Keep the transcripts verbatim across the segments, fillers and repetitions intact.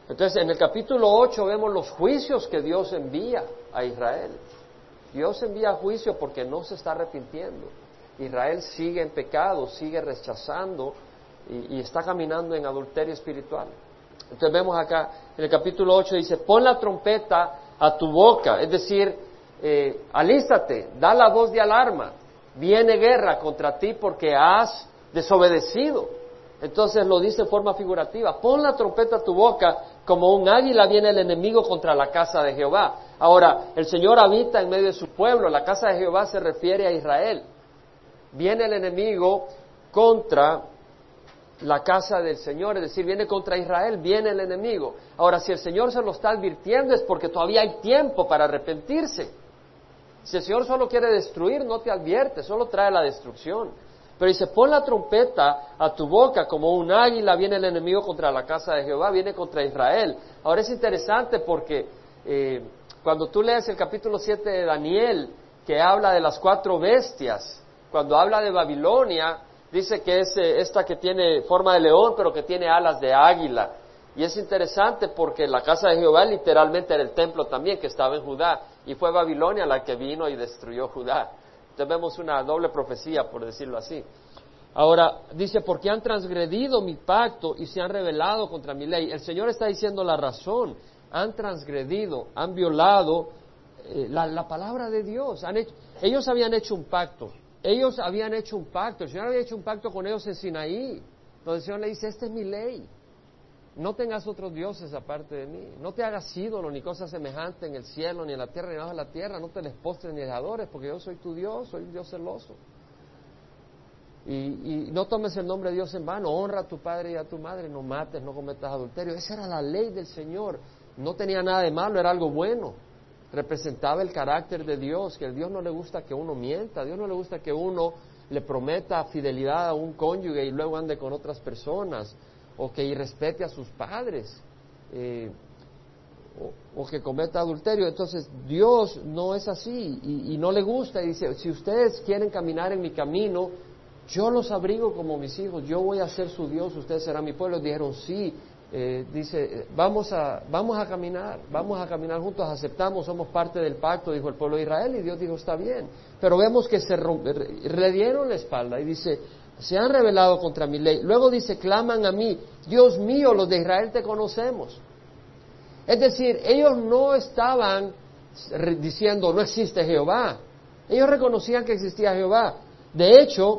Entonces, en el capítulo ocho vemos los juicios que Dios envía a Israel. Dios envía juicio porque no se está arrepintiendo. Israel sigue en pecado, sigue rechazando y, y está caminando en adulterio espiritual. Entonces vemos acá, en el capítulo ocho dice, pon la trompeta a tu boca, es decir, eh, alístate, da la voz de alarma, viene guerra contra ti porque has desobedecido. Entonces lo dice en forma figurativa, pon la trompeta a tu boca, como un águila viene el enemigo contra la casa de Jehová. Ahora, el Señor habita en medio de su pueblo, la casa de Jehová se refiere a Israel. Viene el enemigo contra la casa del Señor, es decir, viene contra Israel, viene el enemigo. Ahora, si el Señor se lo está advirtiendo es porque todavía hay tiempo para arrepentirse. Si el Señor solo quiere destruir, no te advierte, solo trae la destrucción. Pero dice, pon la trompeta a tu boca, como un águila viene el enemigo contra la casa de Jehová, viene contra Israel. Ahora es interesante porque eh, cuando tú lees el capítulo siete de Daniel, que habla de las cuatro bestias, cuando habla de Babilonia, dice que es eh, esta que tiene forma de león, pero que tiene alas de águila. Y es interesante porque la casa de Jehová literalmente era el templo también, que estaba en Judá, y fue Babilonia la que vino y destruyó Judá. Entonces vemos una doble profecía, por decirlo así. Ahora, dice, porque han transgredido mi pacto y se han rebelado contra mi ley. El Señor está diciendo la razón. Han transgredido, han violado eh, la, la palabra de Dios. Han hecho, ellos habían hecho un pacto. Ellos habían hecho un pacto. El Señor había hecho un pacto con ellos en Sinaí, donde el Señor le dice, esta es mi ley. No tengas otros dioses aparte de mí. No te hagas ídolo ni cosa semejante en el cielo, ni en la tierra, ni abajo de la tierra. No te les postres ni les adores, porque yo soy tu Dios, soy un Dios celoso. Y, y no tomes el nombre de Dios en vano. Honra a tu padre y a tu madre. No mates, no cometas adulterio. Esa era la ley del Señor. No tenía nada de malo, era algo bueno. Representaba el carácter de Dios, que a Dios no le gusta que uno mienta. A Dios no le gusta que uno le prometa fidelidad a un cónyuge y luego ande con otras personas, o que irrespete a sus padres, eh, o, o que cometa adulterio. Entonces Dios no es así y, y no le gusta, y dice, si ustedes quieren caminar en mi camino, yo los abrigo como mis hijos, yo voy a ser su Dios, ustedes serán mi pueblo. Dijeron sí, eh, dice, vamos a, vamos a caminar, vamos a caminar juntos, aceptamos, somos parte del pacto, dijo el pueblo de Israel, y Dios dijo, está bien. Pero vemos que se le dieron la espalda y dice, se han rebelado contra mi ley. Luego dice, claman a mí, Dios mío, los de Israel te conocemos. Es decir, ellos no estaban diciendo, no existe Jehová. Ellos reconocían que existía Jehová. De hecho,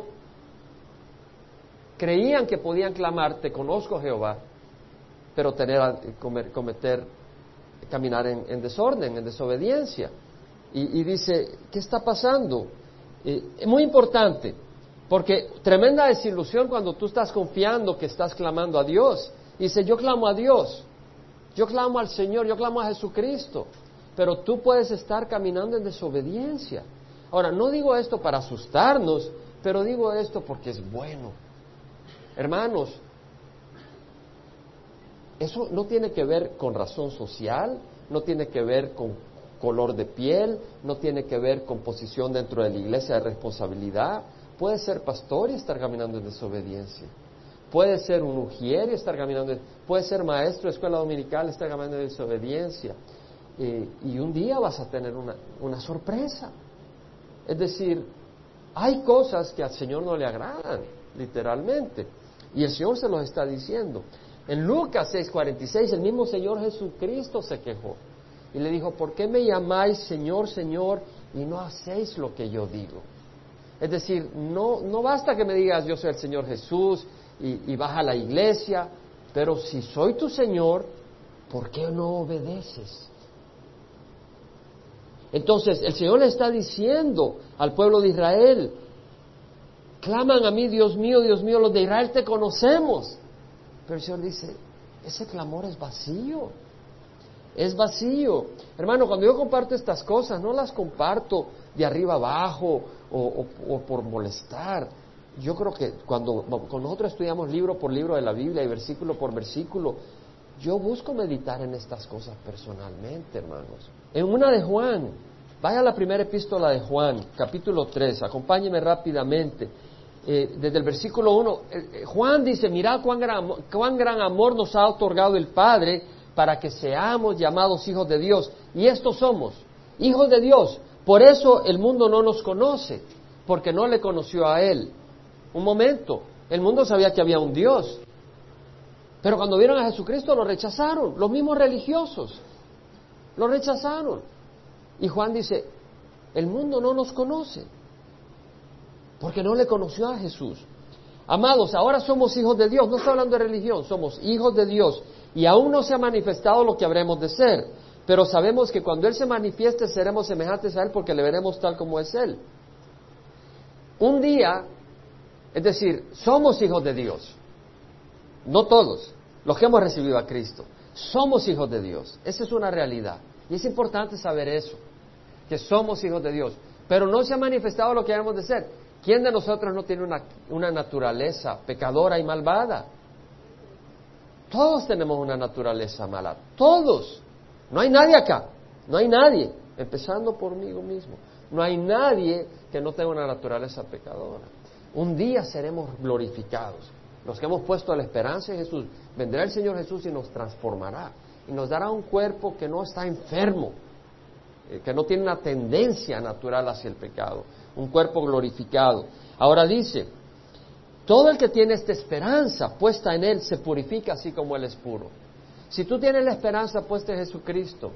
creían que podían clamar, te conozco Jehová, pero tener, cometer, caminar en, en desorden, en desobediencia. Y, y dice, ¿qué está pasando? Eh, es muy importante. Porque tremenda desilusión cuando tú estás confiando que estás clamando a Dios. Y dice, yo clamo a Dios, yo clamo al Señor, yo clamo a Jesucristo. Pero tú puedes estar caminando en desobediencia. Ahora, no digo esto para asustarnos, pero digo esto porque es bueno. Hermanos, eso no tiene que ver con razón social, no tiene que ver con color de piel, no tiene que ver con posición dentro de la iglesia de responsabilidad. Puede ser pastor y estar caminando en desobediencia. Puede ser un ujier y estar caminando en... Puede ser maestro de escuela dominical y estar caminando en desobediencia. Eh, y un día vas a tener una, una sorpresa. Es decir, hay cosas que al Señor no le agradan, literalmente. Y el Señor se los está diciendo. En Lucas seis cuarenta y seis, el mismo Señor Jesucristo se quejó. Y le dijo, ¿por qué me llamáis Señor, Señor, y no hacéis lo que yo digo? Es decir, no, no basta que me digas yo soy el Señor Jesús y, y vas a la iglesia, pero si soy tu Señor, ¿por qué no obedeces? Entonces, el Señor le está diciendo al pueblo de Israel, claman a mí, Dios mío, Dios mío, los de Israel te conocemos. Pero el Señor dice, ese clamor es vacío, es vacío. Hermano, cuando yo comparto estas cosas, no las comparto de arriba abajo o, o, o por molestar. Yo creo que cuando, cuando nosotros estudiamos libro por libro de la Biblia y versículo por versículo, yo busco meditar en estas cosas personalmente, hermanos. En una de Juan, vaya a la primera epístola de Juan, capítulo tres, acompáñeme rápidamente. Eh, desde el versículo uno, eh, Juan dice, mirad cuán gran, cuán gran amor nos ha otorgado el Padre para que seamos llamados hijos de Dios. Y estos somos, hijos de Dios. Por eso el mundo no nos conoce, porque no le conoció a Él. Un momento, el mundo sabía que había un Dios, pero cuando vieron a Jesucristo lo rechazaron, los mismos religiosos lo rechazaron. Y Juan dice, el mundo no nos conoce, porque no le conoció a Jesús. Amados, ahora somos hijos de Dios, no estoy hablando de religión, somos hijos de Dios, y aún no se ha manifestado lo que habremos de ser, pero sabemos que cuando Él se manifieste seremos semejantes a Él porque le veremos tal como es Él. Un día, es decir, somos hijos de Dios, no todos, los que hemos recibido a Cristo, somos hijos de Dios, esa es una realidad, y es importante saber eso, que somos hijos de Dios, pero no se ha manifestado lo que habremos de ser. ¿Quién de nosotros no tiene una, una naturaleza pecadora y malvada? Todos tenemos una naturaleza mala, todos. No hay nadie acá, no hay nadie, empezando por mí mismo. No hay nadie que no tenga una naturaleza pecadora. Un día seremos glorificados. Los que hemos puesto la esperanza en Jesús, vendrá el Señor Jesús y nos transformará. Y nos dará un cuerpo que no está enfermo, que no tiene una tendencia natural hacia el pecado. Un cuerpo glorificado. Ahora dice, todo el que tiene esta esperanza puesta en Él se purifica así como Él es puro. Si tú tienes la esperanza puesta en Jesucristo,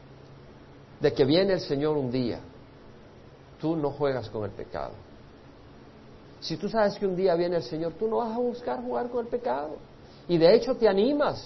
de que viene el Señor un día, tú no juegas con el pecado. Si tú sabes que un día viene el Señor, tú no vas a buscar jugar con el pecado. Y de hecho te animas.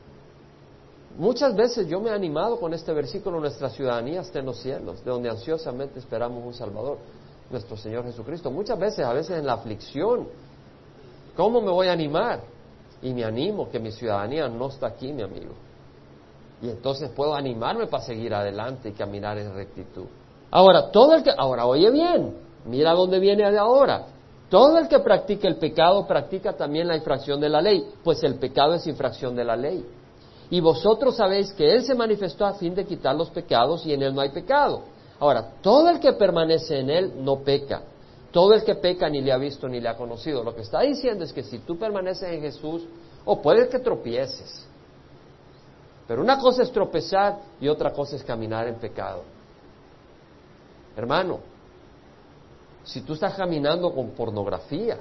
Muchas veces yo me he animado con este versículo, nuestra ciudadanía está en los cielos, de donde ansiosamente esperamos un Salvador, nuestro Señor Jesucristo. Muchas veces, a veces en la aflicción, ¿cómo me voy a animar? Y me animo que mi ciudadanía no está aquí, mi amigo. Y entonces puedo animarme para seguir adelante y caminar en rectitud. Ahora, todo el que, ahora oye bien, mira dónde viene de ahora. Todo el que practica el pecado practica también la infracción de la ley, pues el pecado es infracción de la ley. Y vosotros sabéis que Él se manifestó a fin de quitar los pecados y en Él no hay pecado. Ahora, todo el que permanece en Él no peca. Todo el que peca ni le ha visto ni le ha conocido. Lo que está diciendo es que si tú permaneces en Jesús, o puede que tropieces. Pero una cosa es tropezar y otra cosa es caminar en pecado. Hermano, si tú estás caminando con pornografía,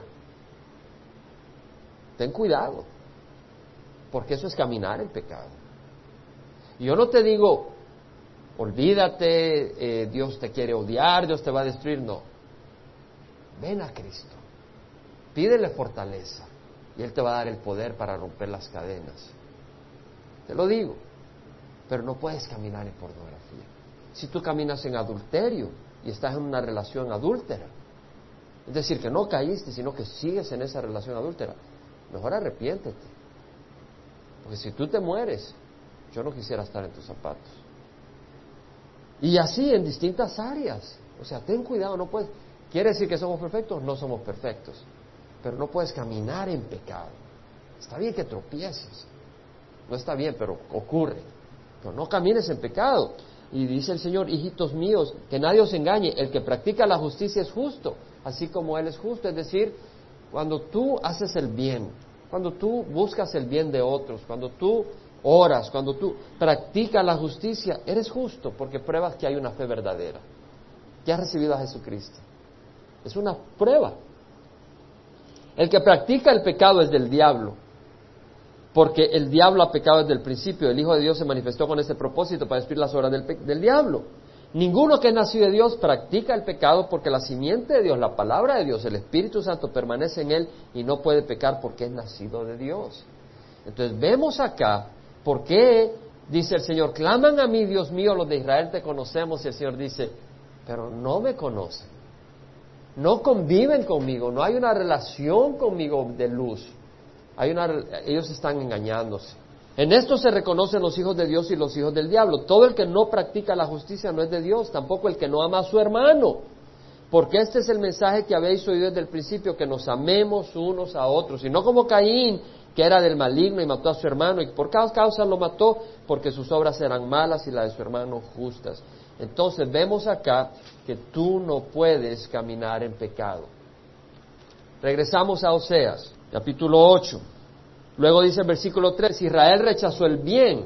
ten cuidado, porque eso es caminar en pecado. Y yo no te digo, olvídate, eh, Dios te quiere odiar, Dios te va a destruir, no. Ven a Cristo, pídele fortaleza y Él te va a dar el poder para romper las cadenas. Te lo digo, pero no puedes caminar en pornografía. Si tú caminas en adulterio y estás en una relación adúltera, es decir, que no caíste, sino que sigues en esa relación adúltera, mejor arrepiéntete. Porque si tú te mueres, yo no quisiera estar en tus zapatos. Y así en distintas áreas. O sea, ten cuidado, no puedes. ¿Quiere decir que somos perfectos? No somos perfectos. Pero no puedes caminar en pecado. Está bien que tropieces. No está bien, pero ocurre. Pero no camines en pecado. Y dice el Señor, hijitos míos, que nadie os engañe. El que practica la justicia es justo, así como Él es justo. Es decir, cuando tú haces el bien, cuando tú buscas el bien de otros, cuando tú oras, cuando tú practicas la justicia, eres justo porque pruebas que hay una fe verdadera, que has recibido a Jesucristo. Es una prueba. El que practica el pecado es del diablo, porque el diablo ha pecado desde el principio. El Hijo de Dios se manifestó con ese propósito para destruir las obras del, pe- del diablo. Ninguno que es nacido de Dios practica el pecado, porque la simiente de Dios, la palabra de Dios, el Espíritu Santo permanece en él y no puede pecar porque es nacido de Dios. Entonces vemos acá por qué dice el Señor, claman a mí, Dios mío, los de Israel te conocemos, y el Señor dice, pero no me conocen, no conviven conmigo, no hay una relación conmigo de luz, hay una, ellos están engañándose. En esto se reconocen los hijos de Dios y los hijos del diablo. Todo el que no practica la justicia no es de Dios, tampoco el que no ama a su hermano. Porque este es el mensaje que habéis oído desde el principio, que nos amemos unos a otros. Y no como Caín, que era del maligno y mató a su hermano. ¿Y por qué causa lo mató? Porque sus obras eran malas y las de su hermano justas. Entonces vemos acá que tú no puedes caminar en pecado. Regresamos a Oseas, capítulo ocho. Luego dice el versículo tres, Israel rechazó el bien,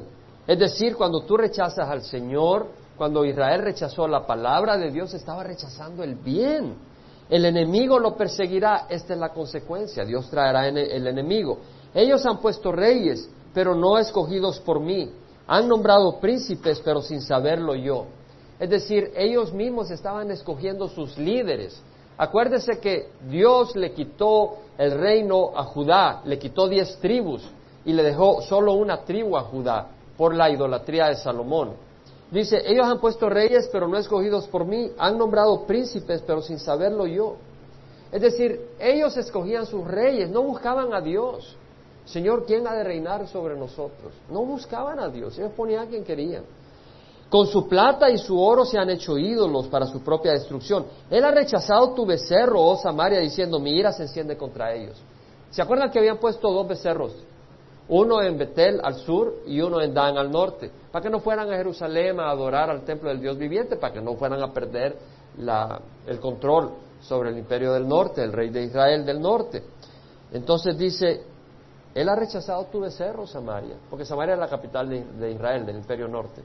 Es decir, cuando tú rechazas al Señor, cuando Israel rechazó la palabra de Dios, estaba rechazando el bien. El enemigo lo perseguirá, esta es la consecuencia, Dios traerá el enemigo. Ellos han puesto reyes, pero no escogidos por mí. Han nombrado príncipes, pero sin saberlo yo. Es decir, ellos mismos estaban escogiendo sus líderes. Acuérdese que Dios le quitó el reino a Judá, le quitó diez tribus y le dejó solo una tribu a Judá por la idolatría de Salomón. Dice, ellos han puesto reyes, pero no escogidos por mí. Han nombrado príncipes, pero sin saberlo yo. Es decir, ellos escogían sus reyes, no buscaban a Dios. Señor, ¿quién ha de reinar sobre nosotros? No buscaban a Dios, ellos ponían a quien querían. Con su plata y su oro se han hecho ídolos para su propia destrucción. Él ha rechazado tu becerro, oh Samaria, diciendo, mi ira se enciende contra ellos. ¿Se acuerdan que habían puesto dos becerros? Uno en Betel al sur y uno en Dan al norte, para que no fueran a Jerusalén a adorar al templo del Dios viviente, para que no fueran a perder la, el control sobre el imperio del norte, el rey de Israel del norte. Entonces dice, Él ha rechazado tu becerro, Samaria, porque Samaria es la capital de, de Israel, del imperio norte.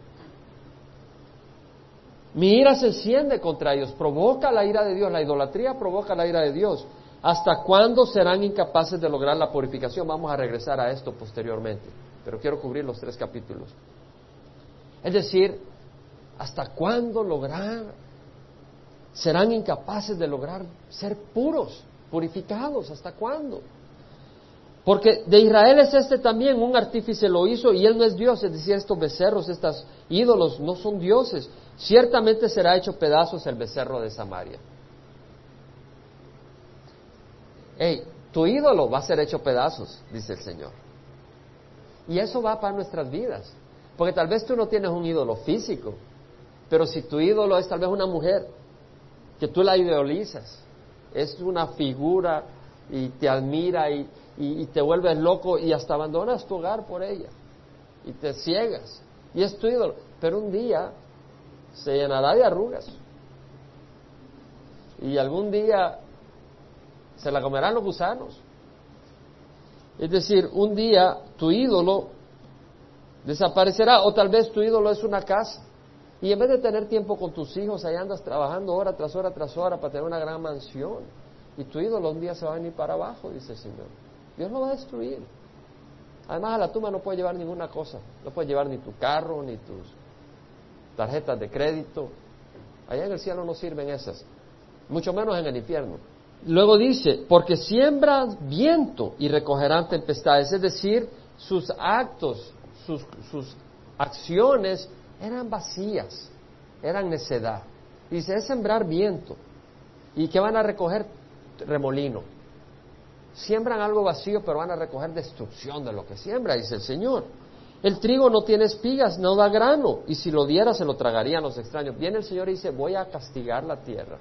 Mi ira se enciende contra ellos, provoca la ira de Dios, la idolatría provoca la ira de Dios. ¿Hasta cuándo serán incapaces de lograr la purificación? Vamos a regresar a esto posteriormente, pero quiero cubrir los tres capítulos. Es decir, ¿hasta cuándo lograr? Serán incapaces de lograr ser puros, purificados, ¿hasta cuándo? Porque de Israel es este también, un artífice lo hizo y él no es Dios, es decir, estos becerros, estos ídolos no son dioses. Ciertamente será hecho pedazos el becerro de Samaria. Hey, tu ídolo va a ser hecho pedazos, dice el Señor. Y eso va para nuestras vidas. Porque tal vez tú no tienes un ídolo físico, pero si tu ídolo es tal vez una mujer, que tú la idealizas, es una figura y te admira y, y, y te vuelves loco y hasta abandonas tu hogar por ella y te ciegas y es tu ídolo, pero un día se llenará de arrugas y algún día se la comerán los gusanos. Es decir, un día tu ídolo desaparecerá, o tal vez tu ídolo es una casa y en vez de tener tiempo con tus hijos, ahí andas trabajando hora tras hora tras hora para tener una gran mansión y tu ídolo un día se va a venir para abajo, dice el Señor. Dios lo va a destruir. Además, a la tumba no puedes llevar ninguna cosa, no puedes llevar ni tu carro ni tus tarjetas de crédito. Allá en el cielo no sirven esas, mucho menos en el infierno. Luego dice, porque siembran viento y recogerán tempestades, es decir, sus actos, sus, sus acciones eran vacías, eran necedad. Dice, es sembrar viento. ¿Y qué van a recoger? Remolino. Siembran algo vacío, pero van a recoger destrucción de lo que siembra, dice el Señor. El trigo no tiene espigas, no da grano, y si lo diera se lo tragarían los extraños. Viene el Señor y dice, voy a castigar la tierra.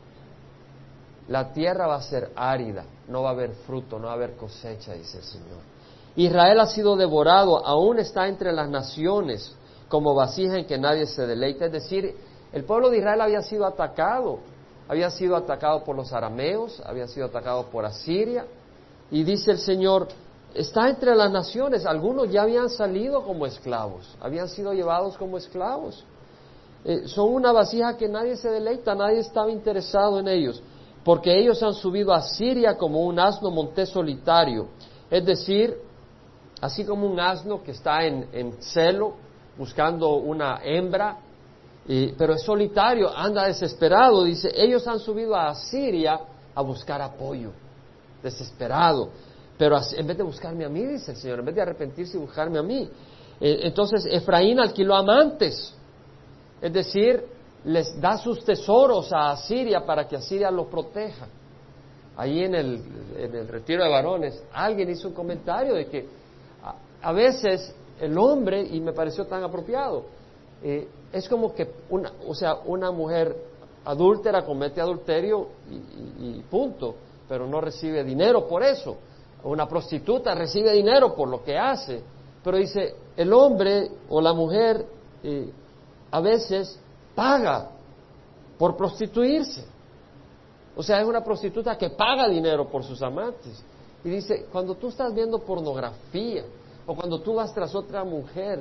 La tierra va a ser árida, no va a haber fruto, no va a haber cosecha, dice el Señor. Israel ha sido devorado, aún está entre las naciones, como vasija en que nadie se deleita. Es decir, el pueblo de Israel había sido atacado, había sido atacado por los arameos, había sido atacado por Asiria, y dice el Señor, está entre las naciones, algunos ya habían salido como esclavos, habían sido llevados como esclavos. Eh, son una vasija que nadie se deleita, nadie estaba interesado en ellos, porque ellos han subido a Siria como un asno monté solitario, es decir, así como un asno que está en, en celo, buscando una hembra, eh, pero es solitario, anda desesperado, dice, ellos han subido a Asiria a buscar apoyo, desesperado, pero en vez de buscarme a mí, dice el Señor, en vez de arrepentirse y buscarme a mí, eh, entonces Efraín alquiló amantes, es decir, les da sus tesoros a Asiria para que Asiria los proteja. Ahí en el, en el retiro de varones, alguien hizo un comentario de que a, a veces el hombre, y me pareció tan apropiado, eh, es como que una, o sea, una mujer adúltera comete adulterio y, y, y punto, pero no recibe dinero por eso. Una prostituta recibe dinero por lo que hace, pero dice, el hombre o la mujer eh, a veces paga por prostituirse. O sea, es una prostituta que paga dinero por sus amantes. Y dice, cuando tú estás viendo pornografía o cuando tú vas tras otra mujer,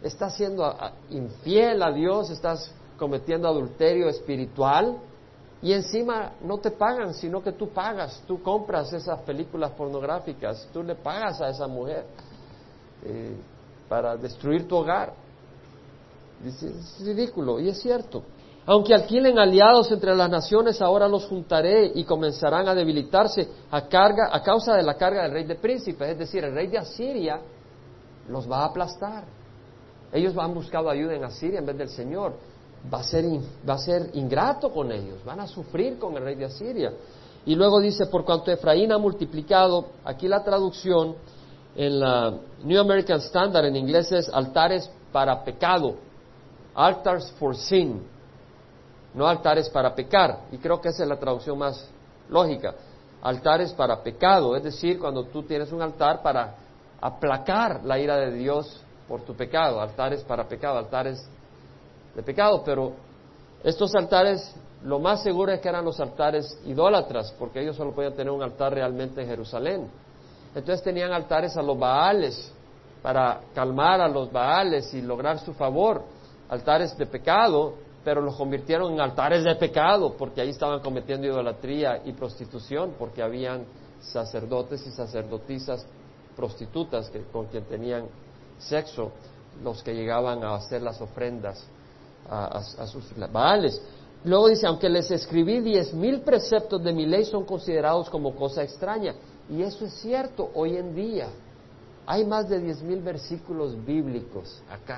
estás siendo infiel a Dios, estás cometiendo adulterio espiritual y encima no te pagan, sino que tú pagas, tú compras esas películas pornográficas, tú le pagas a esa mujer eh, para destruir tu hogar. Dice, es ridículo, y es cierto. Aunque alquilen aliados entre las naciones, ahora los juntaré y comenzarán a debilitarse a, carga, a causa de la carga del rey de príncipes, es decir, el rey de Asiria los va a aplastar. Ellos han buscado ayuda en Asiria en vez del Señor. Va a ser, va a ser ingrato con ellos, van a sufrir con el rey de Asiria. Y luego dice, por cuanto Efraín ha multiplicado, aquí la traducción en la New American Standard en inglés es altares para pecado, altars for sin, no altares para pecar, y creo que esa es la traducción más lógica, altares para pecado, es decir, cuando tú tienes un altar para aplacar la ira de Dios por tu pecado, altares para pecado, altares de pecado, pero estos altares, lo más seguro es que eran los altares idólatras, porque ellos solo podían tener un altar realmente en Jerusalén. Entonces tenían altares a los Baales, para calmar a los Baales y lograr su favor, altares de pecado, pero los convirtieron en altares de pecado, porque ahí estaban cometiendo idolatría y prostitución, porque habían sacerdotes y sacerdotisas prostitutas que, con quien tenían sexo, los que llegaban a hacer las ofrendas A, a, a sus Baales. Luego dice, aunque les escribí diez mil preceptos de mi ley, son considerados como cosa extraña. Y eso es cierto, hoy en día hay más de diez mil versículos bíblicos acá.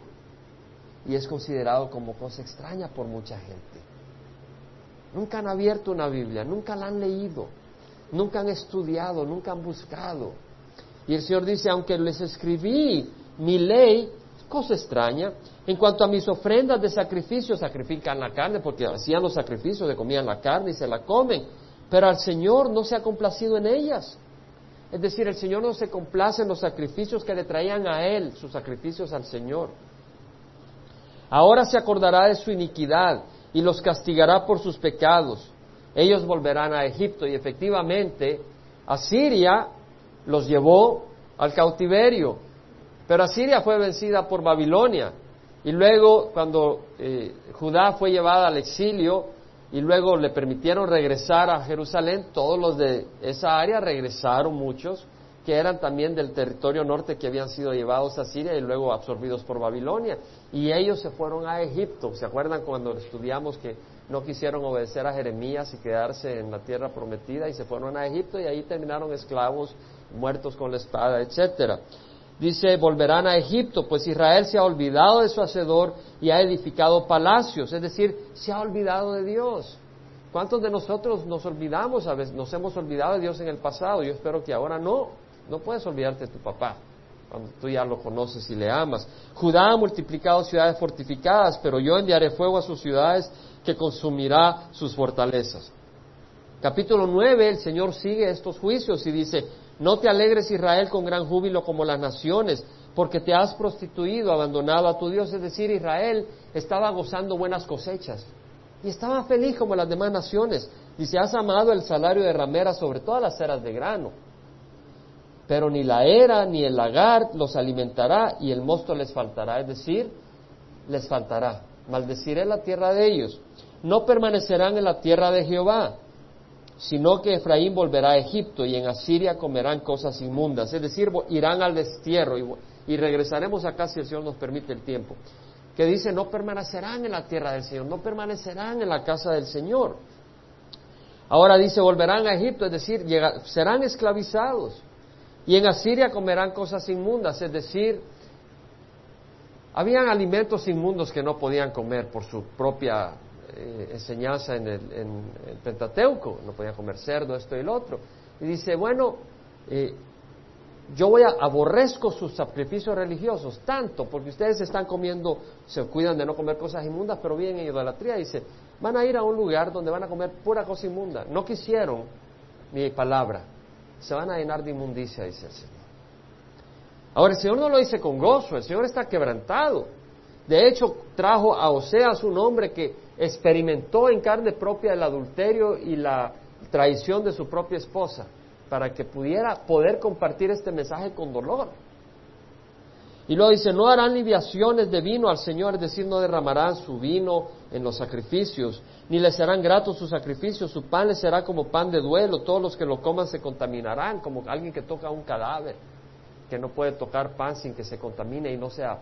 Y es considerado como cosa extraña por mucha gente. Nunca han abierto una Biblia, nunca la han leído, nunca han estudiado, nunca han buscado. Y el Señor dice, aunque les escribí mi ley, cosa extraña. En cuanto a mis ofrendas de sacrificio, sacrifican la carne, porque hacían los sacrificios, se comían la carne y se la comen, pero al Señor no se ha complacido en ellas. Es decir, el Señor no se complace en los sacrificios que le traían a Él, sus sacrificios al Señor. Ahora se acordará de su iniquidad y los castigará por sus pecados. Ellos volverán a Egipto, y efectivamente Asiria los llevó al cautiverio. Pero Asiria fue vencida por Babilonia, y luego cuando eh, Judá fue llevada al exilio y luego le permitieron regresar a Jerusalén, todos los de esa área regresaron, muchos que eran también del territorio norte que habían sido llevados a Asiria y luego absorbidos por Babilonia, y ellos se fueron a Egipto. ¿Se acuerdan cuando estudiamos que no quisieron obedecer a Jeremías y quedarse en la tierra prometida y se fueron a Egipto y ahí terminaron esclavos, muertos con la espada, etcétera? Dice, volverán a Egipto, pues Israel se ha olvidado de su Hacedor y ha edificado palacios, es decir, se ha olvidado de Dios. ¿Cuántos de nosotros nos olvidamos a veces? Nos hemos olvidado de Dios en el pasado. Yo espero que ahora no. No puedes olvidarte de tu papá, cuando tú ya lo conoces y le amas. Judá ha multiplicado ciudades fortificadas, pero yo enviaré fuego a sus ciudades que consumirá sus fortalezas. Capítulo nueve, el Señor sigue estos juicios y dice, no te alegres, Israel, con gran júbilo como las naciones, porque te has prostituido, abandonado a tu Dios. Es decir, Israel estaba gozando buenas cosechas y estaba feliz como las demás naciones. Dice, has amado el salario de ramera sobre todas las eras de grano, pero ni la era ni el lagar los alimentará, y el mosto les faltará. Es decir, les faltará. Maldeciré la tierra de ellos. No permanecerán en la tierra de Jehová, sino que Efraín volverá a Egipto, y en Asiria comerán cosas inmundas. Es decir, irán al destierro, y, y regresaremos acá si el Señor nos permite el tiempo. Que dice, no permanecerán en la tierra del Señor, no permanecerán en la casa del Señor. Ahora dice, volverán a Egipto, es decir, llega, serán esclavizados. Y en Asiria comerán cosas inmundas, es decir, habían alimentos inmundos que no podían comer por su propia eh, enseñanza en el, en el Pentateuco. No podían comer cerdo, esto y lo otro. Y dice, bueno, eh, yo voy a aborrezco sus sacrificios religiosos, tanto porque ustedes están comiendo, se cuidan de no comer cosas inmundas, pero viven en idolatría. Dice, van a ir a un lugar donde van a comer pura cosa inmunda. No quisieron mi palabra. Se van a llenar de inmundicia, dice el Señor. Ahora, el Señor no lo dice con gozo, el Señor está quebrantado. De hecho, trajo a Oseas, un hombre que experimentó en carne propia el adulterio y la traición de su propia esposa, para que pudiera poder compartir este mensaje con dolor. Y luego dice, no harán libaciones de vino al Señor, es decir, no derramarán su vino en los sacrificios, ni les serán gratos sus sacrificios, su pan les será como pan de duelo, todos los que lo coman se contaminarán, como alguien que toca un cadáver, que no puede tocar pan sin que se contamine y no sea,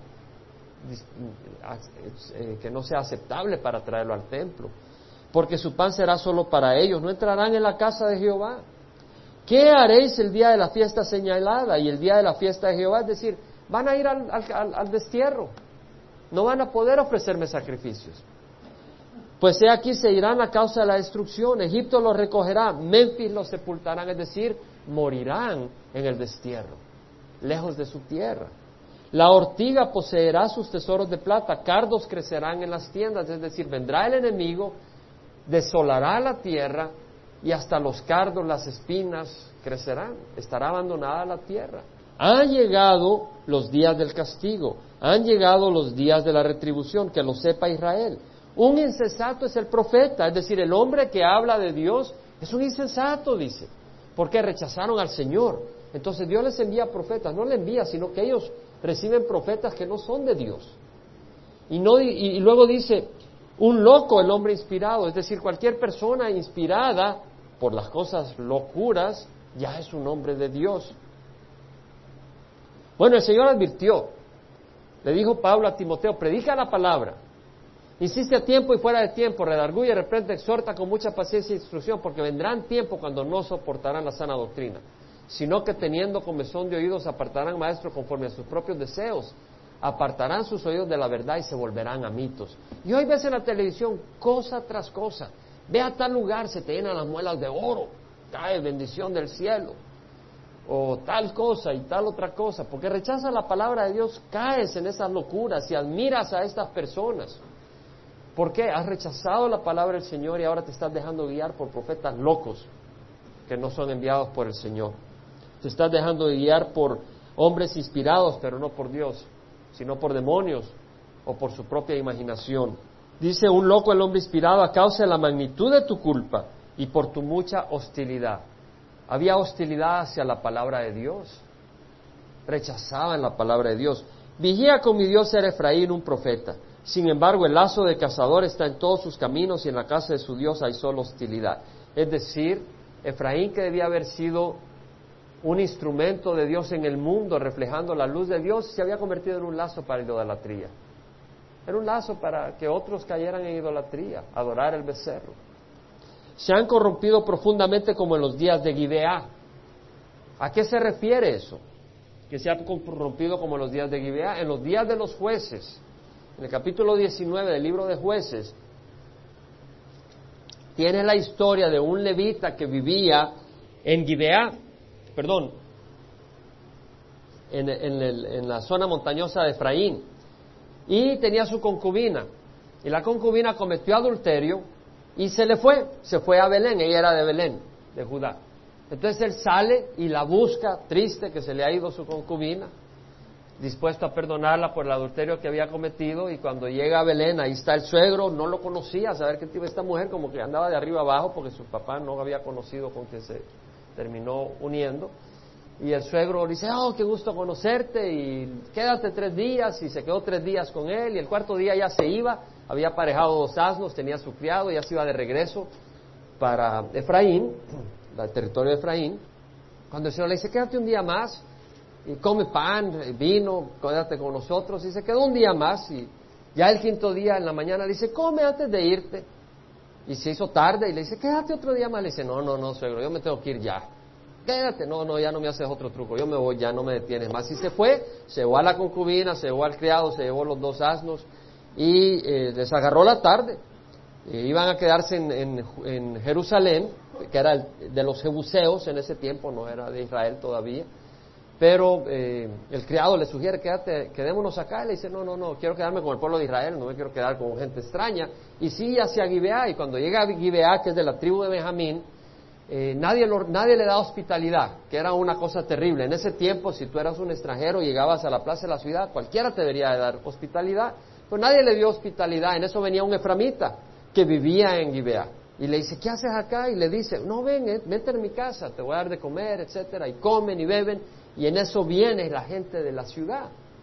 que no sea aceptable para traerlo al templo, porque su pan será solo para ellos, no entrarán en la casa de Jehová. ¿Qué haréis el día de la fiesta señalada y el día de la fiesta de Jehová? Es decir, van a ir al, al, al destierro, no van a poder ofrecerme sacrificios. Pues he aquí se irán a causa de la destrucción, Egipto los recogerá, Memphis los sepultarán, es decir, morirán en el destierro, lejos de su tierra. La ortiga poseerá sus tesoros de plata, cardos crecerán en las tiendas, es decir, vendrá el enemigo, desolará la tierra y hasta los cardos, las espinas crecerán, estará abandonada la tierra. Han llegado los días del castigo, han llegado los días de la retribución, que lo sepa Israel. Un insensato es el profeta, es decir, el hombre que habla de Dios es un insensato, dice, porque rechazaron al Señor. Entonces Dios les envía profetas, no le envía, sino que ellos reciben profetas que no son de Dios. Y, no, y, y luego dice, un loco el hombre inspirado, es decir, cualquier persona inspirada por las cosas locuras, ya es un hombre de Dios. Bueno, el Señor advirtió, le dijo Pablo a Timoteo, predica la palabra, insiste a tiempo y fuera de tiempo, redarguye, reprende, exhorta con mucha paciencia e instrucción, porque vendrán tiempos cuando no soportarán la sana doctrina, sino que teniendo comezón de oídos apartarán maestros conforme a sus propios deseos, apartarán sus oídos de la verdad y se volverán a mitos. Y hoy ves en la televisión cosa tras cosa, ve a tal lugar, se te llenan las muelas de oro, cae bendición del cielo, o tal cosa y tal otra cosa, porque rechazas la palabra de Dios, caes en esas locuras y admiras a estas personas. ¿Por qué? Has rechazado la palabra del Señor y ahora te estás dejando guiar por profetas locos que no son enviados por el Señor. Te estás dejando guiar por hombres inspirados, pero no por Dios, sino por demonios o por su propia imaginación. Dice, un loco el hombre inspirado a causa de la magnitud de tu culpa y por tu mucha hostilidad. Había hostilidad hacia la palabra de Dios. Rechazaban la palabra de Dios. Vigía con mi Dios era Efraín, un profeta. Sin embargo, el lazo de cazador está en todos sus caminos y en la casa de su Dios hay solo hostilidad. Es decir, Efraín, que debía haber sido un instrumento de Dios en el mundo, reflejando la luz de Dios, se había convertido en un lazo para la idolatría. Era un lazo para que otros cayeran en idolatría, adorar el becerro. Se han corrompido profundamente como en los días de Gibeá. ¿A qué se refiere eso? Que se han corrompido como en los días de Gibeá. En los días de los jueces, en el capítulo diecinueve del libro de Jueces, tiene la historia de un levita que vivía en Gibeá, perdón, en, en, el, en la zona montañosa de Efraín, y tenía su concubina, y la concubina cometió adulterio y se le fue, se fue a Belén, ella era de Belén, de Judá. Entonces él sale y la busca, triste que se le ha ido su concubina, dispuesto a perdonarla por el adulterio que había cometido, y cuando llega a Belén, ahí está el suegro, no lo conocía, a saber qué tipo esta mujer, como que andaba de arriba abajo, porque su papá no había conocido con quien se terminó uniendo, y el suegro le dice, oh, qué gusto conocerte, y quédate tres días, y se quedó tres días con él, y el cuarto día ya se iba, había aparejado dos asnos, tenía su criado, ya se iba de regreso para Efraín, el territorio de Efraín, cuando el Señor le dice, quédate un día más, y come pan, vino, quédate con nosotros, y se quedó un día más, y ya el quinto día en la mañana le dice, come antes de irte, y se hizo tarde, y le dice, quédate otro día más, le dice, no, no, no, suegro, yo me tengo que ir ya, quédate, no, no, ya no me haces otro truco, yo me voy, ya no me detienes más, y se fue, se llevó a la concubina, se llevó al criado, se llevó los dos asnos, y eh, les agarró la tarde, eh, iban a quedarse en, en, en Jerusalén, que era el, de los jebuseos en ese tiempo, no era de Israel todavía, pero eh, el criado le sugiere, quédate, quedémonos acá, y le dice, no, no, no, quiero quedarme con el pueblo de Israel, no me quiero quedar con gente extraña, y sigue hacia Gibeá, y cuando llega a Gibeá, que es de la tribu de Benjamín, eh, nadie, lo, nadie le da hospitalidad, que era una cosa terrible. En ese tiempo, si tú eras un extranjero y llegabas a la plaza de la ciudad, cualquiera te debería de dar hospitalidad, pero nadie le dio hospitalidad. En eso venía un eframita que vivía en Gibeá, y le dice, ¿qué haces acá? Y le dice, no, ven, eh, vete en mi casa, te voy a dar de comer, etcétera, y comen y beben. Y en eso viene la gente de la ciudad.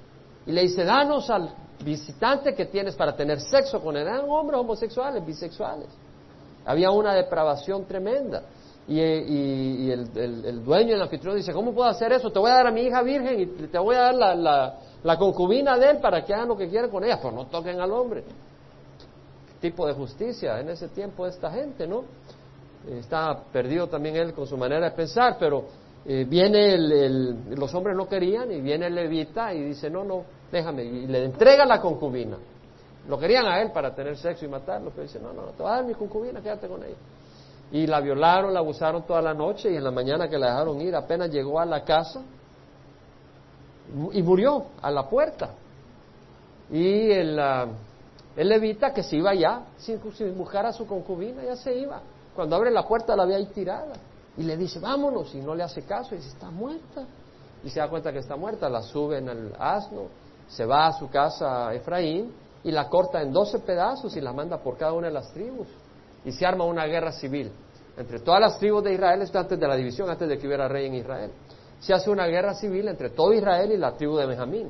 y le dice, danos al visitante que tienes para tener sexo con él. Eran hombres homosexuales, bisexuales. Había una depravación tremenda. Y, y, y el, el, el dueño, el anfitrión, dice, ¿cómo puedo hacer eso? Te voy a dar a mi hija virgen y te voy a dar la, la, la concubina de él para que hagan lo que quieran con ella. Pues no toquen al hombre. ¿Qué tipo de justicia en ese tiempo de esta gente, no? Está perdido también él con su manera de pensar, pero eh, viene el, el, los hombres no querían y viene el levita y dice, no, no, déjame, y le entrega la concubina. Lo querían a él para tener sexo y matarlo, pero dice, no, no, te voy a dar mi concubina, quédate con ella. Y la violaron, la abusaron toda la noche y en la mañana que la dejaron ir, apenas llegó a la casa y murió a la puerta. Y el, uh, el levita que se iba ya, sin, sin buscar a su concubina, ya se iba. Cuando abre la puerta la ve ahí tirada y le dice, vámonos, y no le hace caso y dice, está muerta. Y se da cuenta que está muerta, la sube en el asno, se va a su casa a Efraín y la corta en doce pedazos y la manda por cada una de las tribus. Y se arma una guerra civil entre todas las tribus de Israel, esto antes de la división, antes de que hubiera rey en Israel. Se hace una guerra civil entre todo Israel y la tribu de Benjamín.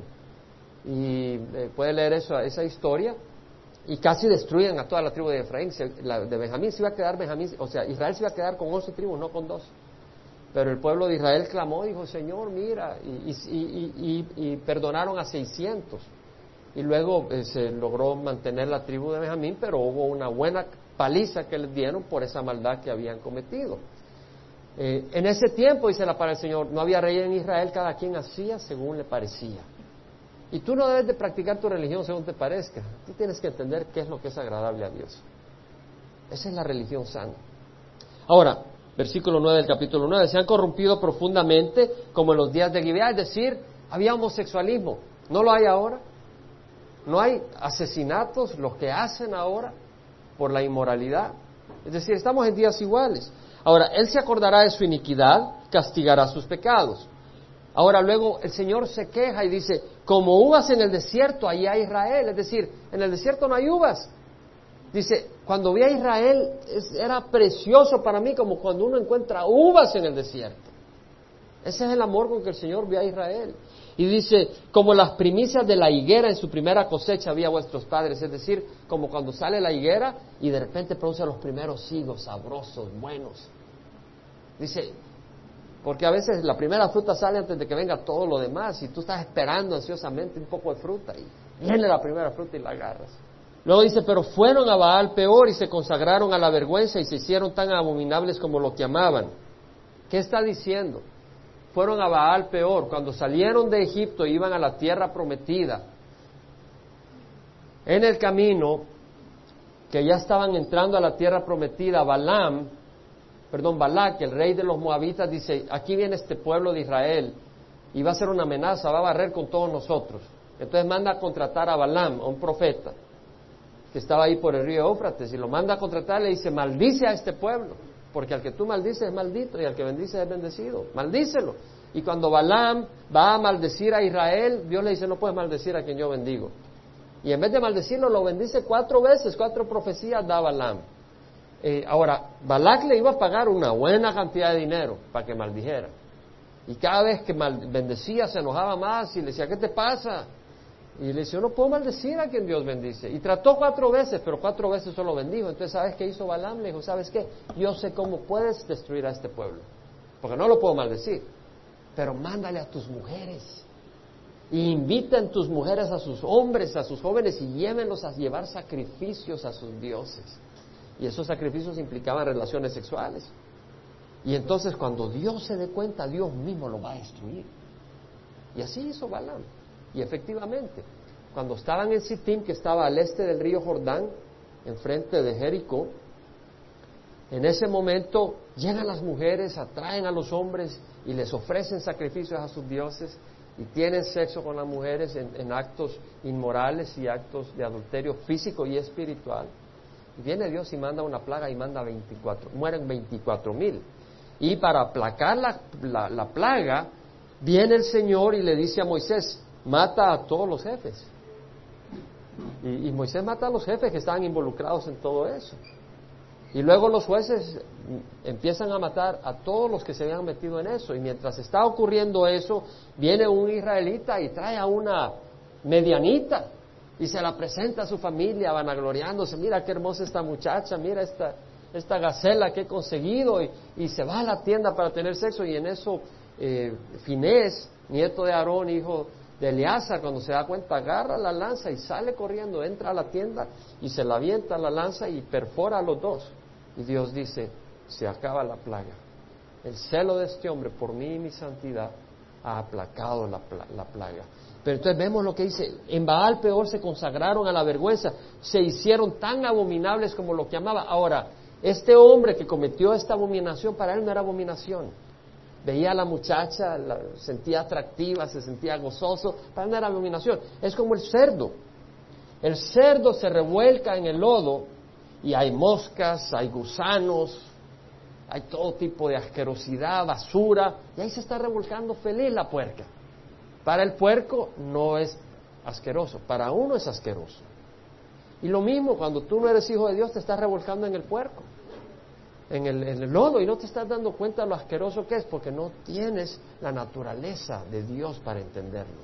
Y eh, puede leer eso, esa historia, y casi destruyen a toda la tribu de Efraín. Se, la, de Benjamín se iba a quedar Benjamín, o sea, Israel se iba a quedar con once tribus, no con doce. Pero el pueblo de Israel clamó, dijo, Señor, mira, y, y, y, y, y perdonaron a seiscientos. Y luego eh, se logró mantener la tribu de Benjamín, pero hubo una buena paliza que les dieron por esa maldad que habían cometido. Eh, en ese tiempo, dice la palabra del Señor, no había rey en Israel, cada quien hacía según le parecía. Y tú no debes de practicar tu religión según te parezca. Tú tienes que entender qué es lo que es agradable a Dios. Esa es la religión sana. Ahora, versículo nueve del capítulo nueve, se han corrompido profundamente como en los días de Gibeá, es decir, había homosexualismo. ¿No lo hay ahora? ¿No hay asesinatos, los que hacen ahora por la inmoralidad? Es decir, estamos en días iguales. Ahora, Él se acordará de su iniquidad, castigará sus pecados. Ahora, luego, el Señor se queja y dice, como uvas en el desierto, allá hay Israel. Es decir, en el desierto no hay uvas. Dice, cuando vi a Israel, es, era precioso para mí, como cuando uno encuentra uvas en el desierto. Ese es el amor con que el Señor vio a Israel. Y dice, como las primicias de la higuera en su primera cosecha había vuestros padres, es decir, como cuando sale la higuera y de repente produce los primeros higos sabrosos, buenos. Dice, porque a veces la primera fruta sale antes de que venga todo lo demás y tú estás esperando ansiosamente un poco de fruta y viene la primera fruta y la agarras. Luego dice, pero fueron a Baal peor y se consagraron a la vergüenza y se hicieron tan abominables como lo que amaban. ¿Qué está diciendo? Fueron a Baal peor. Cuando salieron de Egipto e iban a la tierra prometida, en el camino, que ya estaban entrando a la tierra prometida, Balaam, perdón, Balac, el rey de los moabitas, dice, aquí viene este pueblo de Israel y va a ser una amenaza, va a barrer con todos nosotros. Entonces manda a contratar a Balaam, a un profeta, que estaba ahí por el río Éufrates, y lo manda a contratar y le dice, maldice a este pueblo. Porque al que tú maldices es maldito y al que bendices es bendecido. Maldícelo. Y cuando Balaam va a maldecir a Israel, Dios le dice, no puedes maldecir a quien yo bendigo. Y en vez de maldecirlo, lo bendice cuatro veces, cuatro profecías da Balaam. Eh, ahora, Balac le iba a pagar una buena cantidad de dinero para que maldijera. Y cada vez que mal, bendecía se enojaba más y le decía, ¿qué te pasa? Y le dice, yo no puedo maldecir a quien Dios bendice. Y trató cuatro veces, pero cuatro veces solo bendijo. Entonces, ¿sabes qué hizo Balaam? Le dijo, ¿sabes qué? Yo sé cómo puedes destruir a este pueblo. Porque no lo puedo maldecir. Pero mándale a tus mujeres. Y inviten tus mujeres a sus hombres, a sus jóvenes, y llévenlos a llevar sacrificios a sus dioses. Y esos sacrificios implicaban relaciones sexuales. Y entonces, cuando Dios se dé cuenta, Dios mismo lo va a destruir. Y así hizo Balaam. Y efectivamente, cuando estaban en Sittim, que estaba al este del río Jordán, enfrente de Jericó, en ese momento llegan las mujeres, atraen a los hombres y les ofrecen sacrificios a sus dioses y tienen sexo con las mujeres en, en actos inmorales y actos de adulterio físico y espiritual. Y viene Dios y manda una plaga y manda veinticuatro, mueren veinticuatro mil. Y para aplacar la, la, la plaga, viene el Señor y le dice a Moisés, mata a todos los jefes. Y, y Moisés mata a los jefes que estaban involucrados en todo eso. Y luego los jueces empiezan a matar a todos los que se habían metido en eso. Y mientras está ocurriendo eso, viene un israelita y trae a una medianita, y se la presenta a su familia vanagloriándose, mira qué hermosa esta muchacha, mira esta, esta gacela que he conseguido, y, y se va a la tienda para tener sexo, y en eso eh, Finés, nieto de Aarón, hijo de Eleazar, cuando se da cuenta, agarra la lanza y sale corriendo, entra a la tienda y se la avienta la lanza y perfora a los dos. Y Dios dice, se acaba la plaga. El celo de este hombre por mí y mi santidad ha aplacado la, la plaga. Pero entonces vemos lo que dice, en Baal peor se consagraron a la vergüenza, se hicieron tan abominables como lo que amaba. Ahora, este hombre que cometió esta abominación, para él no era abominación. Veía a la muchacha, la sentía atractiva, se sentía gozoso, para él no era abominación. Es como el cerdo. El cerdo se revuelca en el lodo y hay moscas, hay gusanos, hay todo tipo de asquerosidad, basura, y ahí se está revolcando feliz la puerca. Para el puerco no es asqueroso, para uno es asqueroso. Y lo mismo, cuando tú no eres hijo de Dios, te estás revolcando en el puerco, en el, en el lodo, y no te estás dando cuenta de lo asqueroso que es, porque no tienes la naturaleza de Dios para entenderlo.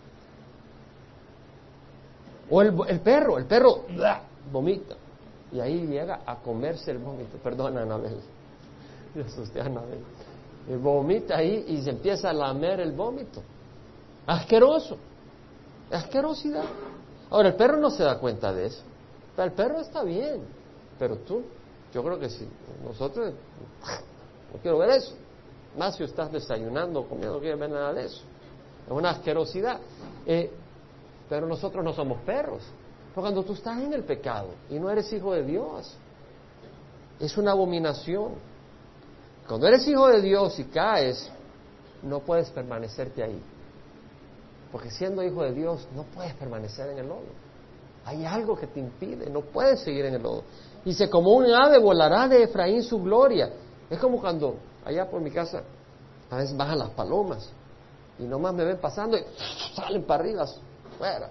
O el, el perro, el perro ¡blah!, vomita, y ahí llega a comerse el vómito. Perdona, Anabel, yo asusté a Anabel. Y vomita ahí y se empieza a lamer el vómito. Asqueroso, asquerosidad. Ahora, el perro no se da cuenta de eso. El perro está bien, pero tú, yo creo que sí. Nosotros, no quiero ver eso. Más si estás desayunando o comiendo, no quiero ver nada de eso. Es una asquerosidad. Eh, pero nosotros no somos perros. Pero cuando tú estás en el pecado y no eres hijo de Dios, es una abominación. Cuando eres hijo de Dios y caes, no puedes permanecerte ahí. Porque siendo hijo de Dios no puedes permanecer en el lodo. Hay algo que te impide, no puedes seguir en el lodo. Dice, como un ave volará de Efraín su gloria. Es como cuando allá por mi casa a veces bajan las palomas y nomás me ven pasando y salen para arriba, fuera.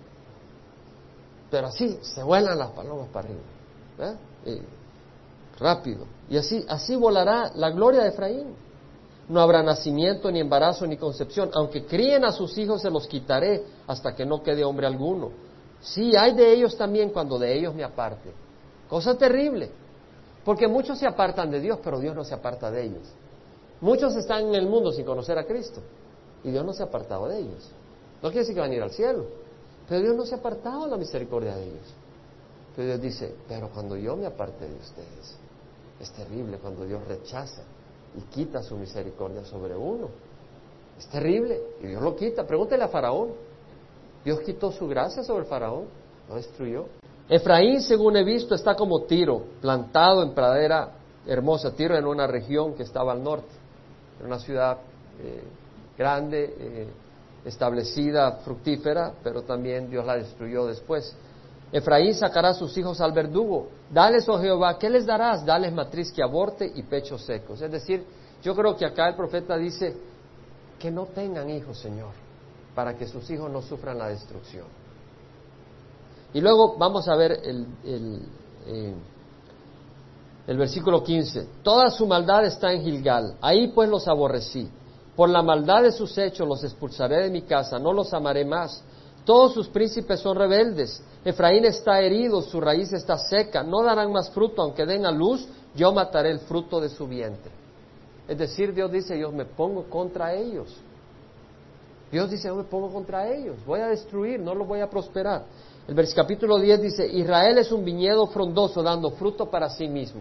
Pero así se vuelan las palomas para arriba, ¿eh? Y rápido. Y así, así volará la gloria de Efraín. No habrá nacimiento, ni embarazo, ni concepción. Aunque críen a sus hijos, se los quitaré hasta que no quede hombre alguno. Sí, hay de ellos también cuando de ellos me aparte. Cosa terrible. Porque muchos se apartan de Dios, pero Dios no se aparta de ellos. Muchos están en el mundo sin conocer a Cristo. Y Dios no se ha apartado de ellos. No quiere decir que van a ir al cielo. Pero Dios no se ha apartado de la misericordia de ellos. Pero Dios dice, pero cuando yo me aparte de ustedes, es terrible cuando Dios rechaza y quita su misericordia sobre uno. Es terrible, y Dios lo quita. Pregúntele a Faraón. Dios quitó su gracia sobre el Faraón, lo destruyó. Efraín, según he visto, está como Tiro, plantado en pradera hermosa. Tiro en una región que estaba al norte, en una ciudad eh, grande, eh, establecida, fructífera, pero también Dios la destruyó después. Efraín sacará a sus hijos al verdugo. Dales, oh Jehová, ¿qué les darás? Dales matriz que aborte y pechos secos. Es decir, yo creo que acá el profeta dice que no tengan hijos, Señor, para que sus hijos no sufran la destrucción. Y luego vamos a ver el, el, eh, el versículo quince. Toda su maldad está en Gilgal, ahí pues los aborrecí. Por la maldad de sus hechos los expulsaré de mi casa, no los amaré más. Todos sus príncipes son rebeldes. Efraín está herido, su raíz está seca. No darán más fruto, aunque den a luz, yo mataré el fruto de su vientre. Es decir, Dios dice, yo me pongo contra ellos. Dios dice, yo me pongo contra ellos. Voy a destruir, no los voy a prosperar. El versículo capítulo diez dice, Israel es un viñedo frondoso, dando fruto para sí mismo.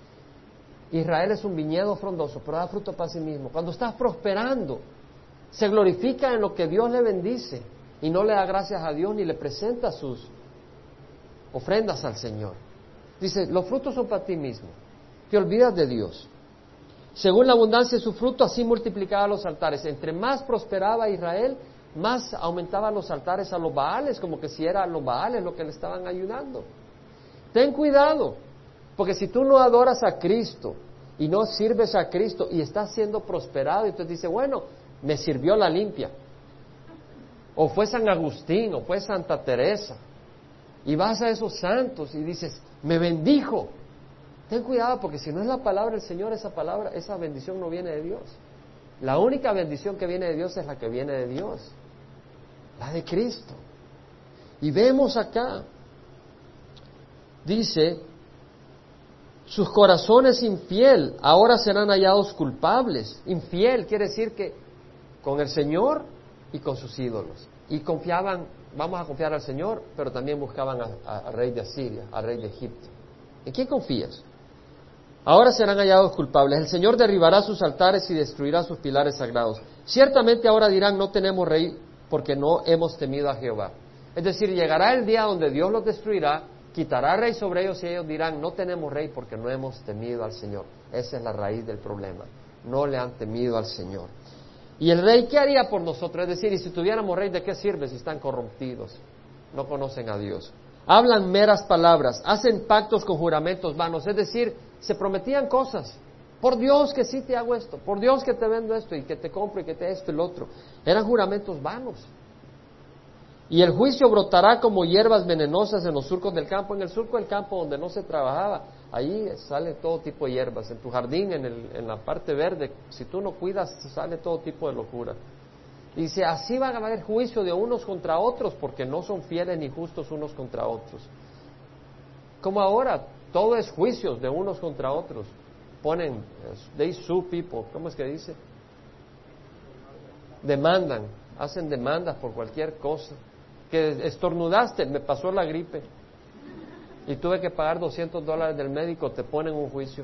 Israel es un viñedo frondoso, pero da fruto para sí mismo. Cuando estás prosperando, se glorifica en lo que Dios le bendice y no le da gracias a Dios ni le presenta sus ofrendas al Señor. Dice, los frutos son para ti mismo. Te olvidas de Dios. Según la abundancia de su fruto, así multiplicaba los altares. Entre más prosperaba Israel, más aumentaban los altares a los Baales, como que si era a los Baales lo que le estaban ayudando. Ten cuidado, porque si tú no adoras a Cristo y no sirves a Cristo y estás siendo prosperado, y entonces dice, bueno, me sirvió la limpia. O fue San Agustín, o fue Santa Teresa. Y vas a esos santos y dices, me bendijo. Ten cuidado, porque si no es la palabra del Señor, esa palabra, esa bendición no viene de Dios. La única bendición que viene de Dios es la que viene de Dios, la de Cristo. Y vemos acá, dice, sus corazones infiel ahora serán hallados culpables. Infiel quiere decir que con el Señor y con sus ídolos. Y confiaban, vamos a confiar al Señor, pero también buscaban al rey de Asiria, al rey de Egipto. ¿En quién confías? Ahora serán hallados culpables. El Señor derribará sus altares y destruirá sus pilares sagrados. Ciertamente ahora dirán, no tenemos rey porque no hemos temido a Jehová. Es decir, llegará el día donde Dios los destruirá, quitará rey sobre ellos y ellos dirán, no tenemos rey porque no hemos temido al Señor. Esa es la raíz del problema. No le han temido al Señor. ¿Y el rey qué haría por nosotros? Es decir, y si tuviéramos rey, ¿de qué sirve si están corrompidos? No conocen a Dios. Hablan meras palabras, hacen pactos con juramentos vanos, es decir, se prometían cosas. Por Dios que sí te hago esto, por Dios que te vendo esto y que te compro y que te esto y lo otro. Eran juramentos vanos. Y el juicio brotará como hierbas venenosas en los surcos del campo. En el surco del campo donde no se trabajaba, ahí sale todo tipo de hierbas. En tu jardín, en, el, en la parte verde, si tú no cuidas, sale todo tipo de locura. Y dice, así van a haber juicio de unos contra otros, porque no son fieles ni justos unos contra otros. Como ahora, todo es juicios de unos contra otros. Ponen, they sue people, ¿cómo es que dice? Demandan, hacen demandas por cualquier cosa. Que estornudaste, me pasó la gripe y tuve que pagar doscientos dólares del médico, te ponen un juicio.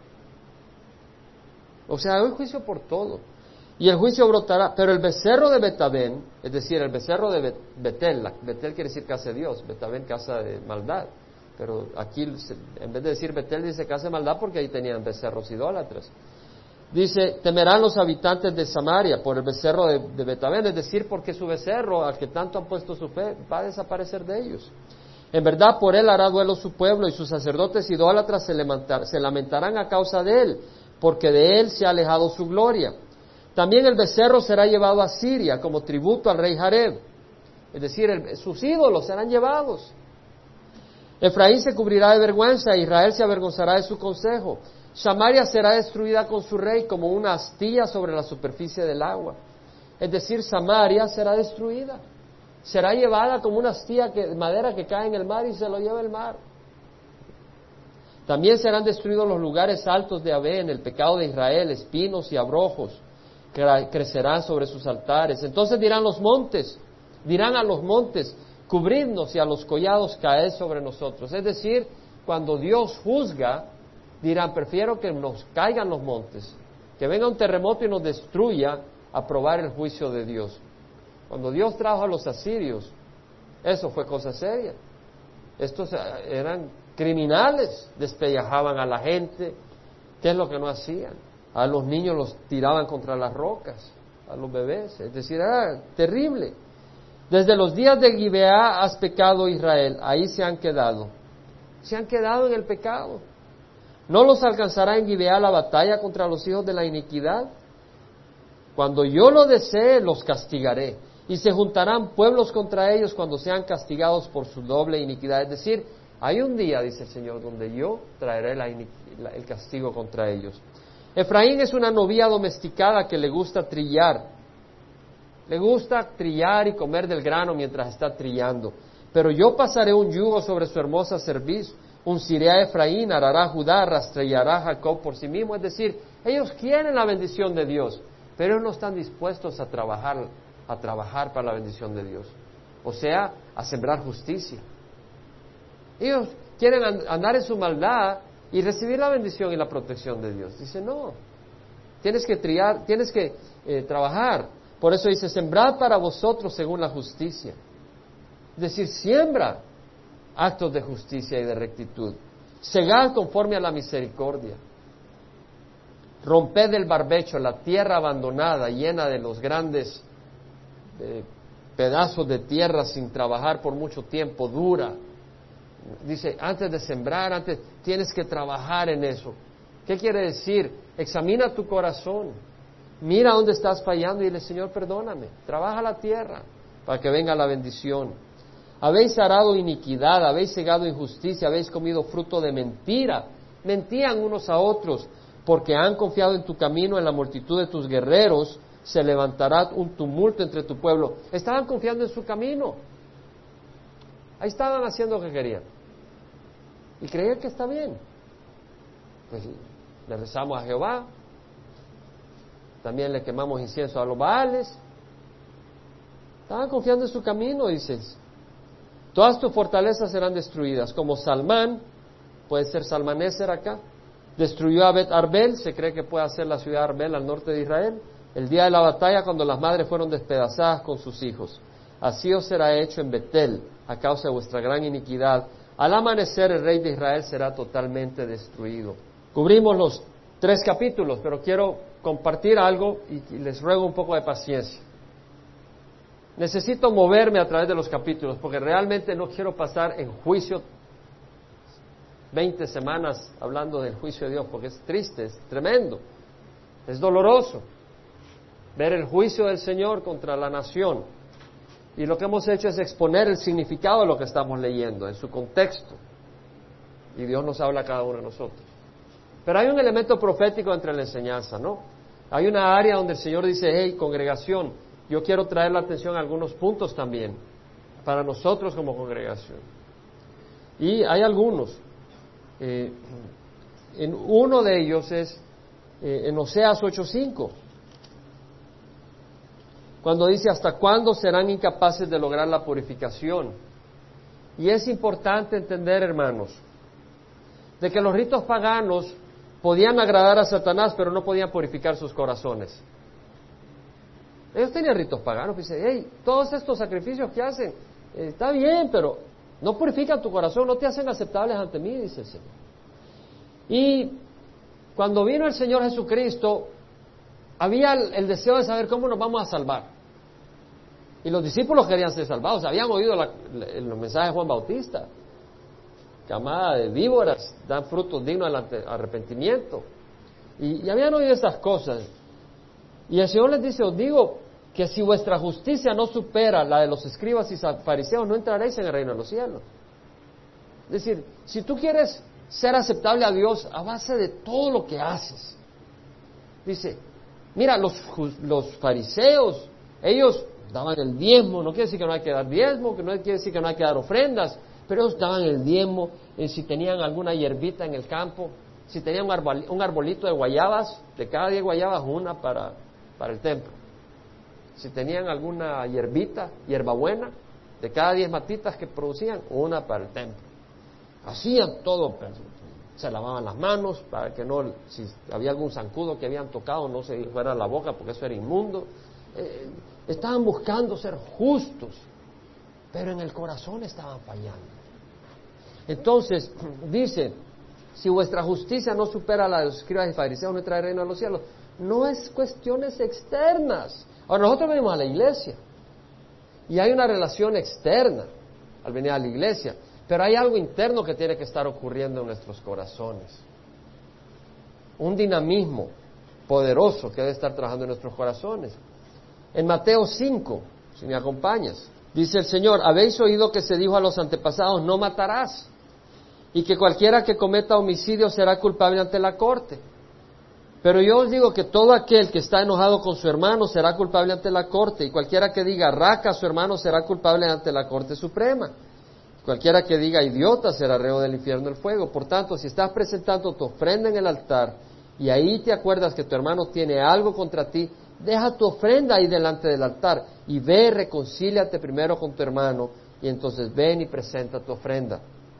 O sea, hay juicio por todo. Y el juicio brotará, pero el becerro de Betabén, es decir, el becerro de Betel, Betel quiere decir casa de Dios, Betabén casa de maldad, pero aquí en vez de decir Betel dice casa de maldad porque ahí tenían becerros idólatras. Dice, temerán los habitantes de Samaria por el becerro de, de Betabén, es decir, porque su becerro, al que tanto han puesto su fe, va a desaparecer de ellos. En verdad, por él hará duelo su pueblo, y sus sacerdotes idólatras se, lamentar, se lamentarán a causa de él, porque de él se ha alejado su gloria. También el becerro será llevado a Siria como tributo al rey Jareb, es decir, el, sus ídolos serán llevados. Efraín se cubrirá de vergüenza, e Israel se avergonzará de su consejo. Samaria será destruida con su rey como una astilla sobre la superficie del agua. Es decir, Samaria será destruida. Será llevada como una astilla de madera que cae en el mar y se lo lleva el mar. También serán destruidos los lugares altos de Abén, el pecado de Israel, espinos y abrojos que crecerán sobre sus altares. Entonces dirán los montes, dirán a los montes, cubridnos, y a los collados caed sobre nosotros. Es decir, cuando Dios juzga, dirán, prefiero que nos caigan los montes, que venga un terremoto y nos destruya, a probar el juicio de Dios. Cuando Dios trajo a los asirios, eso fue cosa seria. Estos eran criminales, despellejaban a la gente. ¿Qué es lo que no hacían? A los niños los tiraban contra las rocas, a los bebés, es decir, era terrible. Desde los días de Gibeá has pecado, Israel, ahí se han quedado, se han quedado en el pecado. ¿No los alcanzará en Gibeá la batalla contra los hijos de la iniquidad? Cuando yo lo desee, los castigaré, y se juntarán pueblos contra ellos cuando sean castigados por su doble iniquidad. Es decir, hay un día, dice el Señor, donde yo traeré la la, el castigo contra ellos. Efraín es una novia domesticada que le gusta trillar. Le gusta trillar y comer del grano mientras está trillando. Pero yo pasaré un yugo sobre su hermosa cerviz, unciré a Efraín, arará a Judá, rastreará a Jacob por sí mismo. Es decir, ellos quieren la bendición de Dios, pero ellos no están dispuestos a trabajar, a trabajar para la bendición de Dios. O sea, a sembrar justicia. Ellos quieren andar en su maldad y recibir la bendición y la protección de Dios. Dice, no, tienes que triar, tienes que eh, trabajar. Por eso dice, sembrad para vosotros según la justicia. Es decir, siembra actos de justicia y de rectitud. Segad conforme a la misericordia. Romped el barbecho, la tierra abandonada, llena de los grandes eh, pedazos de tierra sin trabajar por mucho tiempo, dura. Dice, antes de sembrar, antes tienes que trabajar en eso. ¿Qué quiere decir? Examina tu corazón, mira dónde estás fallando y dile, Señor, perdóname, trabaja la tierra para que venga la bendición. Habéis arado iniquidad, habéis cegado injusticia, habéis comido fruto de mentira. Mentían unos a otros, porque han confiado en tu camino, en la multitud de tus guerreros, se levantará un tumulto entre tu pueblo. Estaban confiando en su camino. Ahí estaban haciendo lo que querían. Y creían que está bien. Pues le rezamos a Jehová, también le quemamos incienso a los Baales. Estaban confiando en su camino, dices. Todas tus fortalezas serán destruidas, como Salmán, puede ser Salmaneser acá, destruyó a Bet Arbel, se cree que puede ser la ciudad de Arbel al norte de Israel, el día de la batalla cuando las madres fueron despedazadas con sus hijos. Así os será hecho en Betel, a causa de vuestra gran iniquidad. Al amanecer el rey de Israel será totalmente destruido. Cubrimos los tres capítulos, pero quiero compartir algo y, y les ruego un poco de paciencia. Necesito moverme a través de los capítulos, porque realmente no quiero pasar en juicio veinte semanas hablando del juicio de Dios, porque es triste, es tremendo, es doloroso ver el juicio del Señor contra la nación. Y lo que hemos hecho es exponer el significado de lo que estamos leyendo, en su contexto. Y Dios nos habla a cada uno de nosotros. Pero hay un elemento profético entre la enseñanza, ¿no? Hay una área donde el Señor dice, hey, congregación, yo quiero traer la atención a algunos puntos también, para nosotros como congregación. Y hay algunos. Eh, en uno de ellos es eh, en Oseas ocho cinco, cuando dice, ¿hasta cuándo serán incapaces de lograr la purificación? Y es importante entender, hermanos, de que los ritos paganos podían agradar a Satanás, pero no podían purificar sus corazones. Ellos tenían ritos paganos, dicen, hey, todos estos sacrificios que hacen, eh, está bien, pero no purifican tu corazón, no te hacen aceptables ante mí, dice el Señor. Y cuando vino el Señor Jesucristo, había el, el deseo de saber cómo nos vamos a salvar. Y los discípulos querían ser salvados, habían oído la, la, los mensajes de Juan Bautista. Camada de víboras dan frutos dignos del arrepentimiento. Y, y habían oído esas cosas. Y el Señor les dice, os digo que si vuestra justicia no supera la de los escribas y fariseos, no entraréis en el reino de los cielos. Es decir, si tú quieres ser aceptable a Dios a base de todo lo que haces, dice, mira, los, los fariseos, ellos daban el diezmo, no quiere decir que no hay que dar diezmo, que no quiere decir que no hay que dar ofrendas, pero ellos daban el diezmo, eh, si tenían alguna hierbita en el campo, si tenían un, arbol, un arbolito de guayabas, de cada diez guayabas una para, para el templo. Si tenían alguna hierbita, hierbabuena, de cada diez matitas que producían, una para el templo. Hacían todo, se lavaban las manos para que no, si había algún zancudo que habían tocado, no se fuera a la boca porque eso era inmundo. Eh, estaban buscando ser justos, pero en el corazón estaban fallando. Entonces, dice, si vuestra justicia no supera la de los escribas y fariseos, no entrará el reino de los cielos. No es cuestiones externas. Ahora, nosotros venimos a la iglesia y hay una relación externa al venir a la iglesia, pero hay algo interno que tiene que estar ocurriendo en nuestros corazones. Un dinamismo poderoso que debe estar trabajando en nuestros corazones. En Mateo cinco, si me acompañas, dice el Señor, habéis oído que se dijo a los antepasados, no matarás, y que cualquiera que cometa homicidio será culpable ante la corte. Pero yo os digo que todo aquel que está enojado con su hermano será culpable ante la corte, y cualquiera que diga raca a su hermano será culpable ante la corte suprema. Cualquiera que diga idiota será reo del infierno del fuego. Por tanto, si estás presentando tu ofrenda en el altar y ahí te acuerdas que tu hermano tiene algo contra ti, deja tu ofrenda ahí delante del altar y ve, reconcíliate primero con tu hermano y entonces ven y presenta tu ofrenda.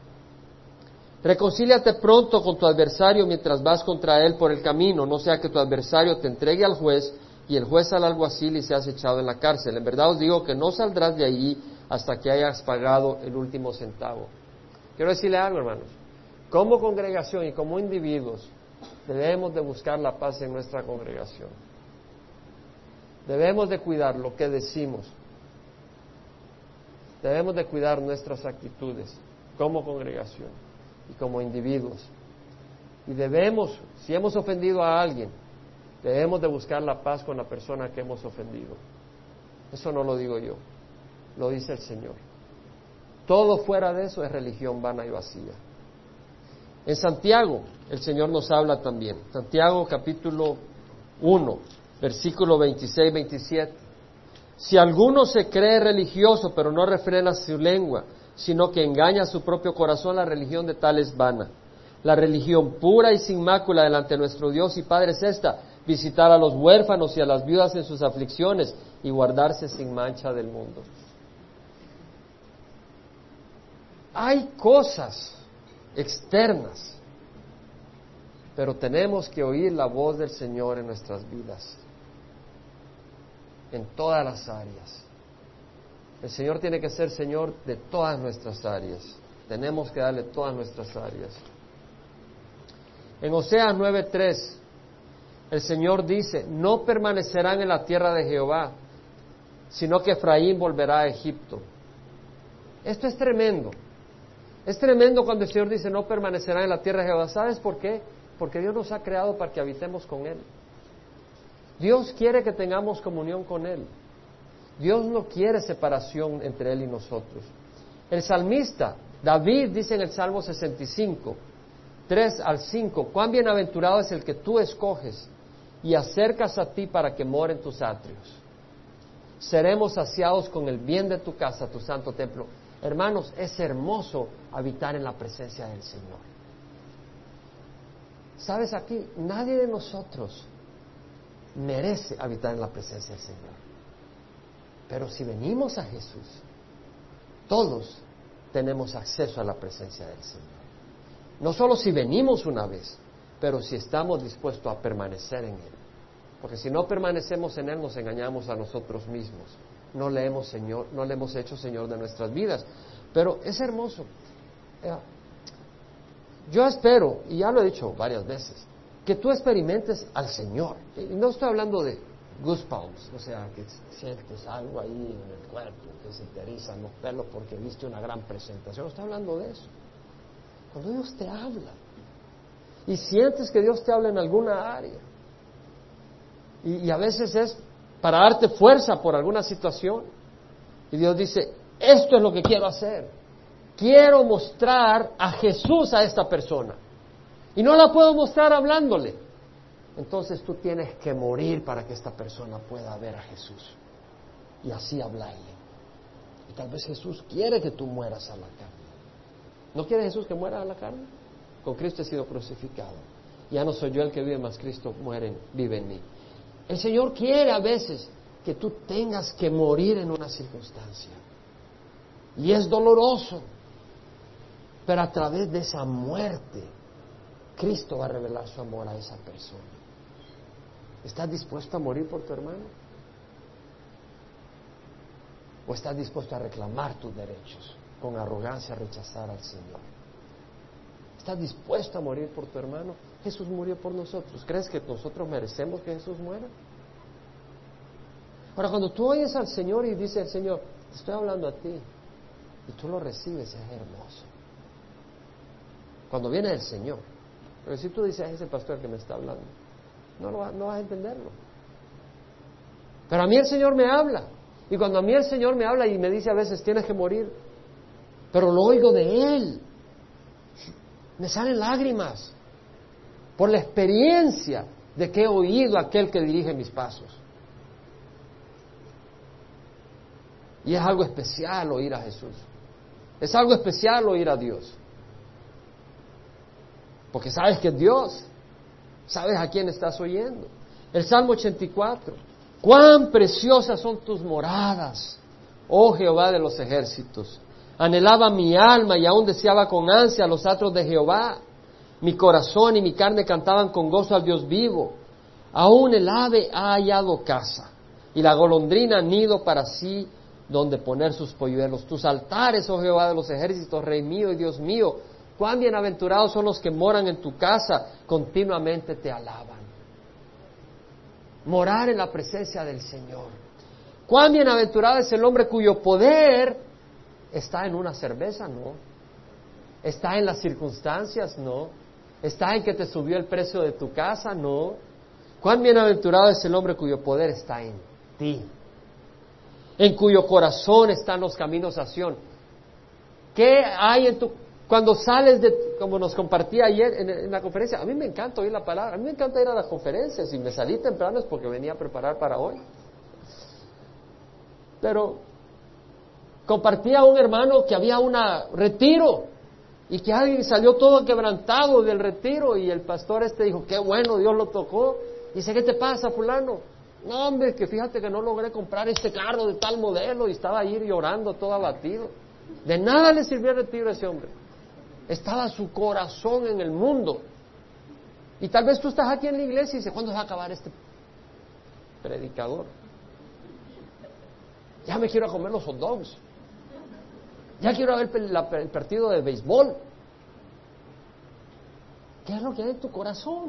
Reconcíliate pronto con tu adversario mientras vas contra él por el camino, no sea que tu adversario te entregue al juez y el juez al alguacil y seas echado en la cárcel. En verdad os digo que no saldrás de allí hasta que hayas pagado el último centavo. Quiero decirle algo, hermanos. Como congregación y como individuos debemos de buscar la paz en nuestra congregación. Debemos de cuidar lo que decimos. Debemos de cuidar nuestras actitudes como congregación y como individuos. Y debemos, si hemos ofendido a alguien, debemos de buscar la paz con la persona que hemos ofendido. Eso no lo digo yo, lo dice el Señor. Todo fuera de eso es religión vana y vacía. En Santiago, el Señor nos habla también. Santiago capítulo uno, versículo veintiséis veintisiete. Si alguno se cree religioso pero no refrena su lengua, sino que engaña a su propio corazón. La religión de tal es vana. La religión pura y sin mácula delante de nuestro Dios y Padre es esta: visitar a los huérfanos y a las viudas en sus aflicciones y guardarse sin mancha del mundo. Hay cosas externas, pero tenemos que oír la voz del Señor en nuestras vidas, en todas las áreas. El Señor tiene que ser Señor de todas nuestras áreas. Tenemos que darle todas nuestras áreas. En Oseas nueve tres, el Señor dice: no permanecerán en la tierra de Jehová, sino que Efraín volverá a Egipto. Esto es tremendo. Es tremendo cuando el Señor dice: no permanecerán en la tierra de Jehová. ¿Sabes por qué? Porque Dios nos ha creado para que habitemos con Él. Dios quiere que tengamos comunión con Él. Dios no quiere separación entre Él y nosotros. El salmista David dice en el Salmo sesenta y cinco, tres al cinco: cuán bienaventurado es el que tú escoges y acercas a ti para que more en tus atrios. Seremos saciados con el bien de tu casa, tu santo templo. Hermanos, es hermoso habitar en la presencia del Señor. ¿Sabes? Aquí nadie de nosotros merece habitar en la presencia del Señor. Pero si venimos a Jesús, todos tenemos acceso a la presencia del Señor. No solo si venimos una vez, pero si estamos dispuestos a permanecer en Él. Porque si no permanecemos en Él, nos engañamos a nosotros mismos. No le hemos, Señor, no le hemos hecho Señor de nuestras vidas. Pero es hermoso. Yo espero, y ya lo he dicho varias veces, que tú experimentes al Señor. Y no estoy hablando de goosebumps, o sea, que sientes algo ahí en el cuerpo, que se te erizan los pelos porque viste una gran presentación. No estoy hablando de eso. Cuando Dios te habla y sientes que Dios te habla en alguna área, y, y a veces es para darte fuerza por alguna situación, y Dios dice: esto es lo que quiero hacer, quiero mostrar a Jesús a esta persona, y no la puedo mostrar hablándole. Entonces tú tienes que morir para que esta persona pueda ver a Jesús y así hablarle. Y tal vez Jesús quiere que tú mueras a la carne. ¿No quiere Jesús que muera a la carne? Con Cristo he sido crucificado. Ya no soy yo el que vive, mas Cristo muere, vive en mí. El Señor quiere a veces que tú tengas que morir en una circunstancia. Y es doloroso. Pero a través de esa muerte, Cristo va a revelar su amor a esa persona. ¿Estás dispuesto a morir por tu hermano? ¿O estás dispuesto a reclamar tus derechos, con arrogancia a rechazar al Señor? ¿Estás dispuesto a morir por tu hermano? Jesús murió por nosotros. ¿Crees que nosotros merecemos que Jesús muera? Ahora, cuando tú oyes al Señor y dice el Señor: te estoy hablando a ti, y tú lo recibes, es hermoso. Cuando viene el Señor. Pero si tú dices: es el pastor que me está hablando, no, lo va, no vas a entenderlo. Pero a mí el Señor me habla. Y cuando a mí el Señor me habla y me dice a veces: tienes que morir, pero lo oigo de Él, me salen lágrimas por la experiencia de que he oído a aquel que dirige mis pasos. Y es algo especial oír a Jesús. Es algo especial oír a Dios. Porque sabes que es Dios. Sabes a quién estás oyendo. El Salmo ochenta y cuatro. Cuán preciosas son tus moradas, oh Jehová de los ejércitos. Anhelaba mi alma y aún deseaba con ansia los atrios de Jehová. Mi corazón y mi carne cantaban con gozo al Dios vivo. Aún el ave ha hallado casa, y la golondrina nido para sí donde poner sus polluelos. Tus altares, oh Jehová de los ejércitos, Rey mío y Dios mío. Cuán bienaventurados son los que moran en tu casa, continuamente te alaban. Morar en la presencia del Señor. Cuán bienaventurado es el hombre cuyo poder está en una cerveza, no. Está en las circunstancias, no. Está en que te subió el precio de tu casa, no. Cuán bienaventurado es el hombre cuyo poder está en ti, en cuyo corazón están los caminos a Sión. ¿Qué hay en tu... Cuando sales de, como nos compartía ayer en, en la conferencia, a mí me encanta oír la palabra, a mí me encanta ir a las conferencias, y me salí temprano es porque venía a preparar para hoy. Pero compartía a un hermano que había un retiro y que alguien salió todo quebrantado del retiro y el pastor este dijo, qué bueno, Dios lo tocó. Y dice, ¿qué te pasa, fulano? No, hombre, que fíjate que no logré comprar este carro de tal modelo y estaba ahí llorando todo abatido. De nada le sirvió el retiro a ese hombre. Estaba su corazón en el mundo. Y tal vez tú estás aquí en la iglesia y dices, ¿cuándo va a acabar este predicador? Ya me quiero comer los hot dogs. Ya quiero ver el partido de béisbol. ¿Qué es lo que hay en tu corazón?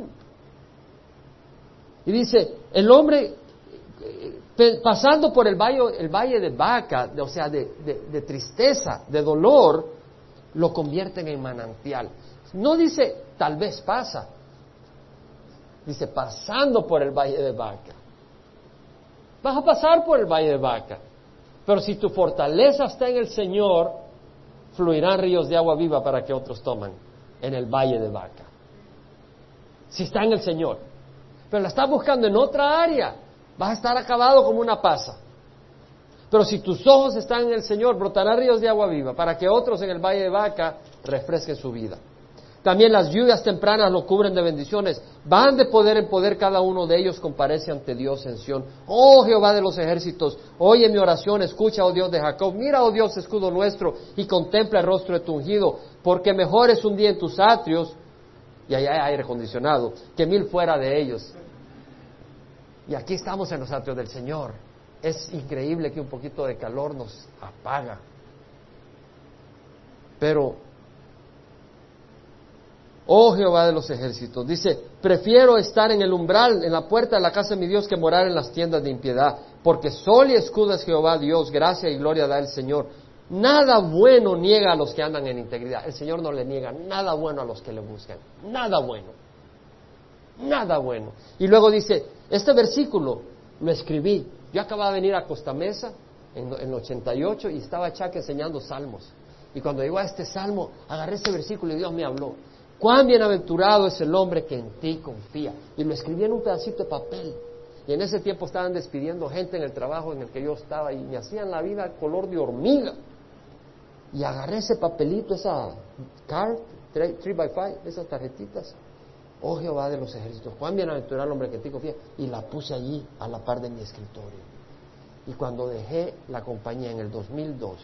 Y dice, el hombre pasando por el valle, el valle de Baca, o sea, de, de, de tristeza, de dolor, lo convierten en manantial. No dice, tal vez pasa. Dice, pasando por el valle de Baca. Vas a pasar por el valle de Baca. Pero si tu fortaleza está en el Señor, fluirán ríos de agua viva para que otros toman en el valle de Baca. Si está en el Señor. Pero la estás buscando en otra área, vas a estar acabado como una pasa. Pero si tus ojos están en el Señor, brotarán ríos de agua viva para que otros en el valle de Baca refresquen su vida. También las lluvias tempranas lo cubren de bendiciones. Van de poder en poder, cada uno de ellos comparece ante Dios en Sión. Oh Jehová de los ejércitos, oye mi oración, escucha, oh Dios de Jacob. Mira, oh Dios, escudo nuestro, y contempla el rostro de tu ungido, porque mejor es un día en tus atrios, y allá hay aire acondicionado, que mil fuera de ellos. Y aquí estamos en los atrios del Señor. Es increíble que un poquito de calor nos apaga. Pero, oh Jehová de los ejércitos, dice, prefiero estar en el umbral, en la puerta de la casa de mi Dios, que morar en las tiendas de impiedad, porque sol y escudo es Jehová Dios, gracia y gloria da el Señor. Nada bueno niega a los que andan en integridad. El Señor no le niega nada bueno a los que le buscan. Nada bueno. Nada bueno. Y luego dice, este versículo lo escribí. Yo acababa de venir a Costa Mesa en el ochenta y ocho y estaba Chuck enseñando salmos. Y cuando llegó a este salmo, agarré ese versículo y Dios me habló. Cuán bienaventurado es el hombre que en ti confía. Y lo escribí en un pedacito de papel. Y en ese tiempo estaban despidiendo gente en el trabajo en el que yo estaba y me hacían la vida color de hormiga. Y agarré ese papelito, esa card, three by five, esas tarjetitas. Oh Jehová de los ejércitos, cuán bienaventurado el hombre que en ti confía. Y la puse allí a la par de mi escritorio. Y cuando dejé la compañía en el dos mil dos,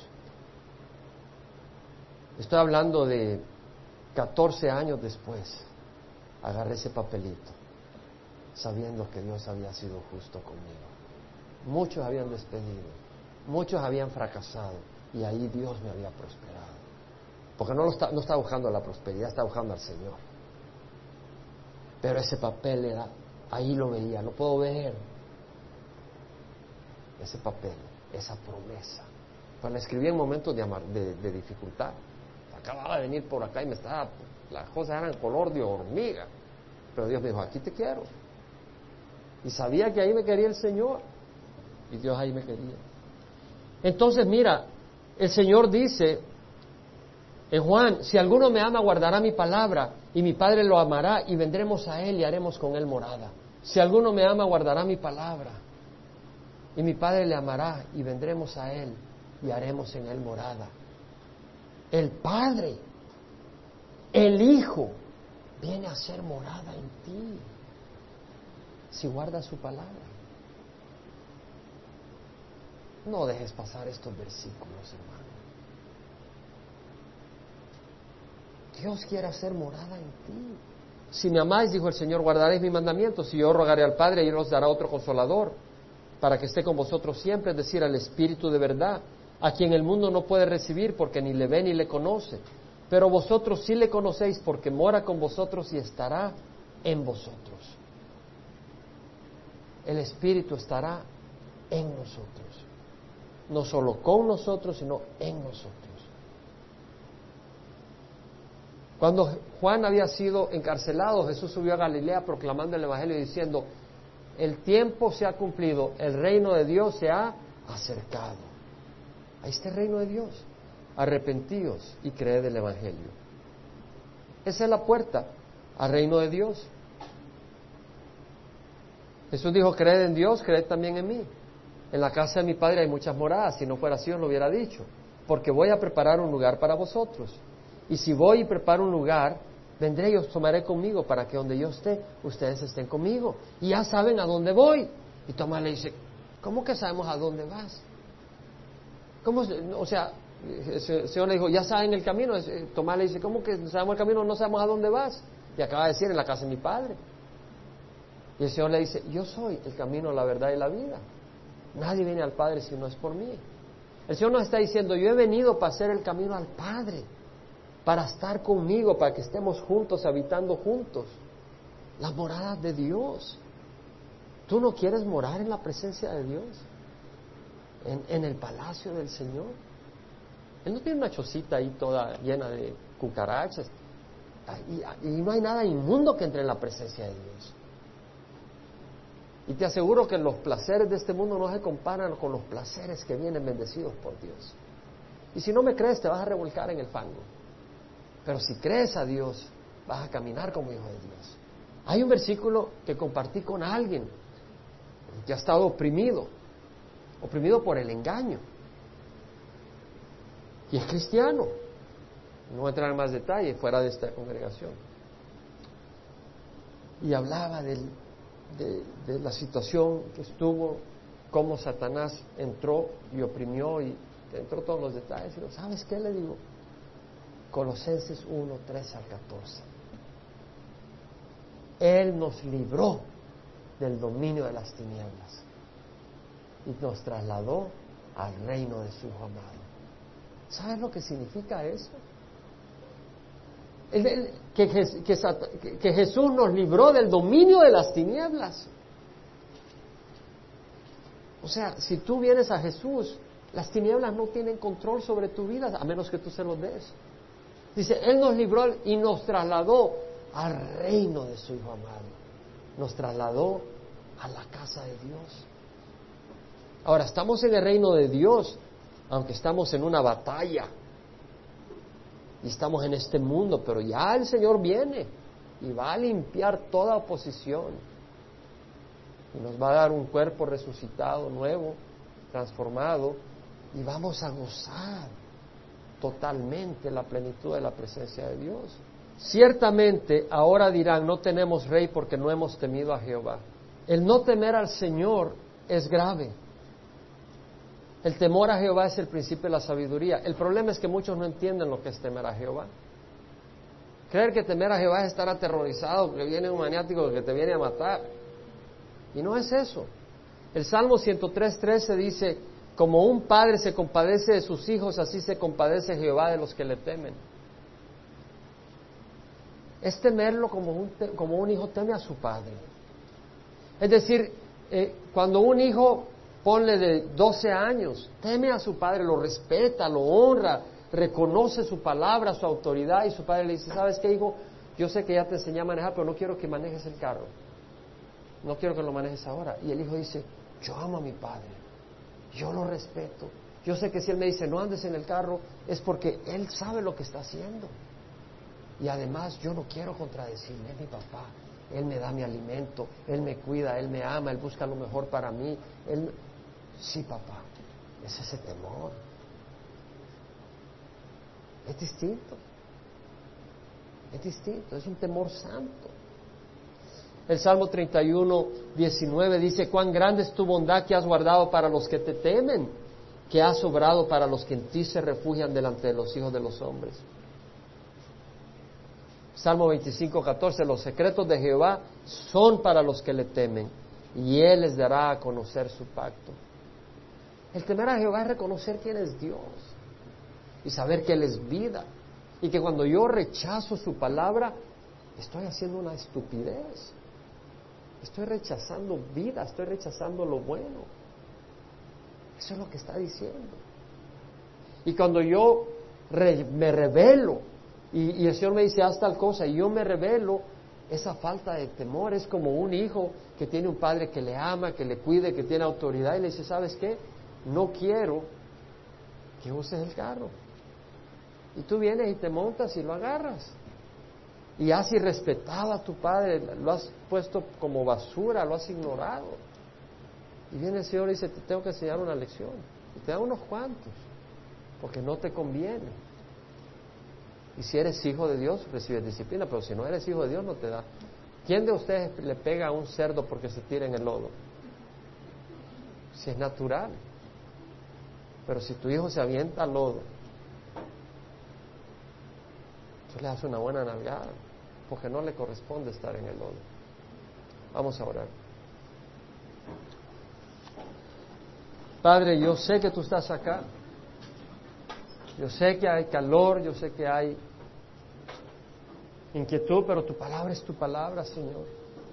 estoy hablando de catorce años después, agarré ese papelito, sabiendo que Dios había sido justo conmigo. Muchos habían despedido, muchos habían fracasado, y ahí Dios me había prosperado. Porque no, lo está, no estaba buscando la prosperidad, estaba buscando al Señor. Pero ese papel era, ahí lo veía, lo puedo ver. Ese papel, esa promesa. Pues la escribí en momentos de, amar, de, de dificultad. Acababa de venir por acá y me estaba, las cosas eran color de hormiga. Pero Dios me dijo, aquí te quiero. Y sabía que ahí me quería el Señor. Y Dios ahí me quería. Entonces, mira, el Señor dice en Juan, si alguno me ama, guardará mi palabra, y mi Padre lo amará, y vendremos a Él y haremos con Él morada. Si alguno me ama, guardará mi palabra, y mi Padre le amará, y vendremos a Él y haremos en Él morada. El Padre, el Hijo, viene a ser morada en ti, si guardas su palabra. No dejes pasar estos versículos, hermano. Dios quiere hacer morada en ti. Si me amáis, dijo el Señor, guardaréis mis mandamientos, y yo rogaré al Padre y Él os dará otro consolador, para que esté con vosotros siempre, es decir, al Espíritu de verdad, a quien el mundo no puede recibir porque ni le ve ni le conoce. Pero vosotros sí le conocéis porque mora con vosotros y estará en vosotros. El Espíritu estará en nosotros. No solo con nosotros, sino en nosotros. Cuando Juan había sido encarcelado, Jesús subió a Galilea proclamando el Evangelio y diciendo, el tiempo se ha cumplido, el reino de Dios se ha acercado. Ahí está el reino de Dios. Arrepentíos y creed el Evangelio. Esa es la puerta al reino de Dios. Jesús dijo, creed en Dios, creed también en mí. En la casa de mi Padre hay muchas moradas, si no fuera así os lo hubiera dicho. porque voy a preparar un lugar para vosotros. Y si voy y preparo un lugar, vendré y os tomaré conmigo para que donde yo esté, ustedes estén conmigo. Y ya saben a dónde voy. Y Tomás le dice, ¿cómo que sabemos a dónde vas? ¿Cómo? O sea, el Señor le dijo, ya saben el camino. Tomás le dice, ¿cómo que sabemos el camino? No sabemos a dónde vas. Y acaba de decir, en la casa de mi Padre. Y el Señor le dice, yo soy el camino, la verdad y la vida. Nadie viene al Padre si no es por mí. El Señor nos está diciendo, yo he venido para hacer el camino al Padre, para estar conmigo, para que estemos juntos, habitando juntos. Las moradas de Dios. ¿Tú no quieres morar en la presencia de Dios? En, en el palacio del Señor. Él no tiene una chocita ahí toda llena de cucarachas. Y, y no hay nada inmundo que entre en la presencia de Dios. Y te aseguro que los placeres de este mundo no se comparan con los placeres que vienen bendecidos por Dios. Y si no me crees, te vas a revolcar en el fango. Pero si crees a Dios, vas a caminar como hijo de Dios. Hay un versículo que compartí con alguien que ha estado oprimido, oprimido por el engaño. Y es cristiano. No voy a entrar en más detalle fuera de esta congregación. Y hablaba del, de, de la situación que estuvo, cómo Satanás entró y oprimió y entró todos los detalles. Y digo, ¿sabes qué le digo? Colosenses uno, tres al catorce. Él nos libró del dominio de las tinieblas y nos trasladó al reino de su Hijo amado. ¿Sabes lo que significa eso? El, el, que, que, que Jesús nos libró del dominio de las tinieblas. O sea, si tú vienes a Jesús, las tinieblas no tienen control sobre tu vida, a menos que tú se los des. Dice, Él nos libró y nos trasladó al reino de su Hijo amado. Nos trasladó a la casa de Dios. Ahora, estamos en el reino de Dios, aunque estamos en una batalla. Y estamos en este mundo, pero ya el Señor viene y va a limpiar toda oposición. Y nos va a dar un cuerpo resucitado, nuevo, transformado, y vamos a gozar totalmente la plenitud de la presencia de Dios. Ciertamente ahora dirán, no tenemos rey porque no hemos temido a Jehová. El no temer al Señor es grave. El temor a Jehová es el principio de la sabiduría. El problema es que muchos no entienden lo que es temer a Jehová. Creer que temer a Jehová es estar aterrorizado, que viene un maniático que te viene a matar. Y no es eso. El Salmo ciento tres, trece dice, como un padre se compadece de sus hijos, así se compadece Jehová de los que le temen. Es temerlo como un, como un hijo teme a su padre. Es decir, eh, cuando un hijo, ponle de doce años, teme a su padre, lo respeta, lo honra, reconoce su palabra, su autoridad, y su padre le dice, ¿sabes qué, hijo? Yo sé que ya te enseñé a manejar, pero no quiero que manejes el carro. No quiero que lo manejes ahora. Y el hijo dice, yo amo a mi padre, yo lo respeto. Yo sé que si él me dice, no andes en el carro, es porque él sabe lo que está haciendo. Y además yo no quiero contradecirle, es mi papá. Él me da mi alimento, Él me cuida, Él me ama, Él busca lo mejor para mí. Él... Sí, papá, es ese temor. Es distinto. Es distinto, es un temor santo. El Salmo treinta y uno, diecinueve dice, cuán grande es tu bondad que has guardado para los que te temen, que has sobrado para los que en ti se refugian delante de los hijos de los hombres. Salmo veinticinco, catorce, los secretos de Jehová son para los que le temen, y Él les dará a conocer su pacto. El temer a Jehová es reconocer quién es Dios, y saber que Él es vida, y que cuando yo rechazo su palabra, estoy haciendo una estupidez. Estoy rechazando vida, estoy rechazando lo bueno. Eso es lo que está diciendo. Y cuando yo re, me rebelo, y, y el Señor me dice, haz tal cosa, y yo me rebelo, esa falta de temor es como un hijo que tiene un padre que le ama, que le cuide, que tiene autoridad, y le dice, ¿sabes qué? No quiero que uses el carro. Y tú vienes y te montas y lo agarras. Y has irrespetado a tu padre, lo has puesto como basura, lo has ignorado. Y viene el Señor y dice, te tengo que enseñar una lección. Y te da unos cuantos. porque no te conviene. Y si eres hijo de Dios, recibes disciplina, pero si no eres hijo de Dios, no te da. ¿Quién de ustedes le pega a un cerdo porque se tira en el lodo? Si es natural. Pero si tu hijo se avienta al lodo, tú le das una buena nalgada, porque no le corresponde estar en el lodo. Vamos a orar. Padre, yo sé que tú estás acá. Yo sé que hay calor, yo sé que hay inquietud, pero tu palabra es tu palabra, Señor.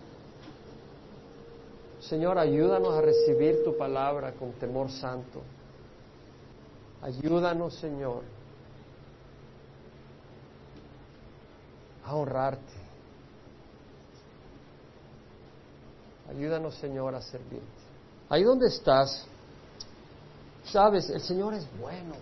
Señor, ayúdanos a recibir tu palabra con temor santo. Ayúdanos, Señor, a honrarte. Ayúdanos, Señor, a servirte. Ahí donde estás, sabes, el Señor es bueno.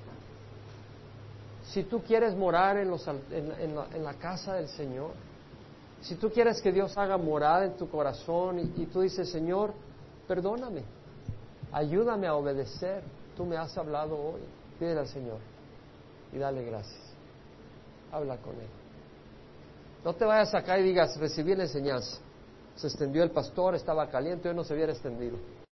Si tú quieres morar en, los, en, en, la, en la casa del Señor, si tú quieres que Dios haga morada en tu corazón y, y tú dices, Señor, perdóname, ayúdame a obedecer, tú me has hablado hoy, pídele al Señor y dale gracias. Habla con Él. No te vayas acá y digas, recibí la enseñanza. Se extendió el pastor, estaba caliente, hoy no se hubiera extendido.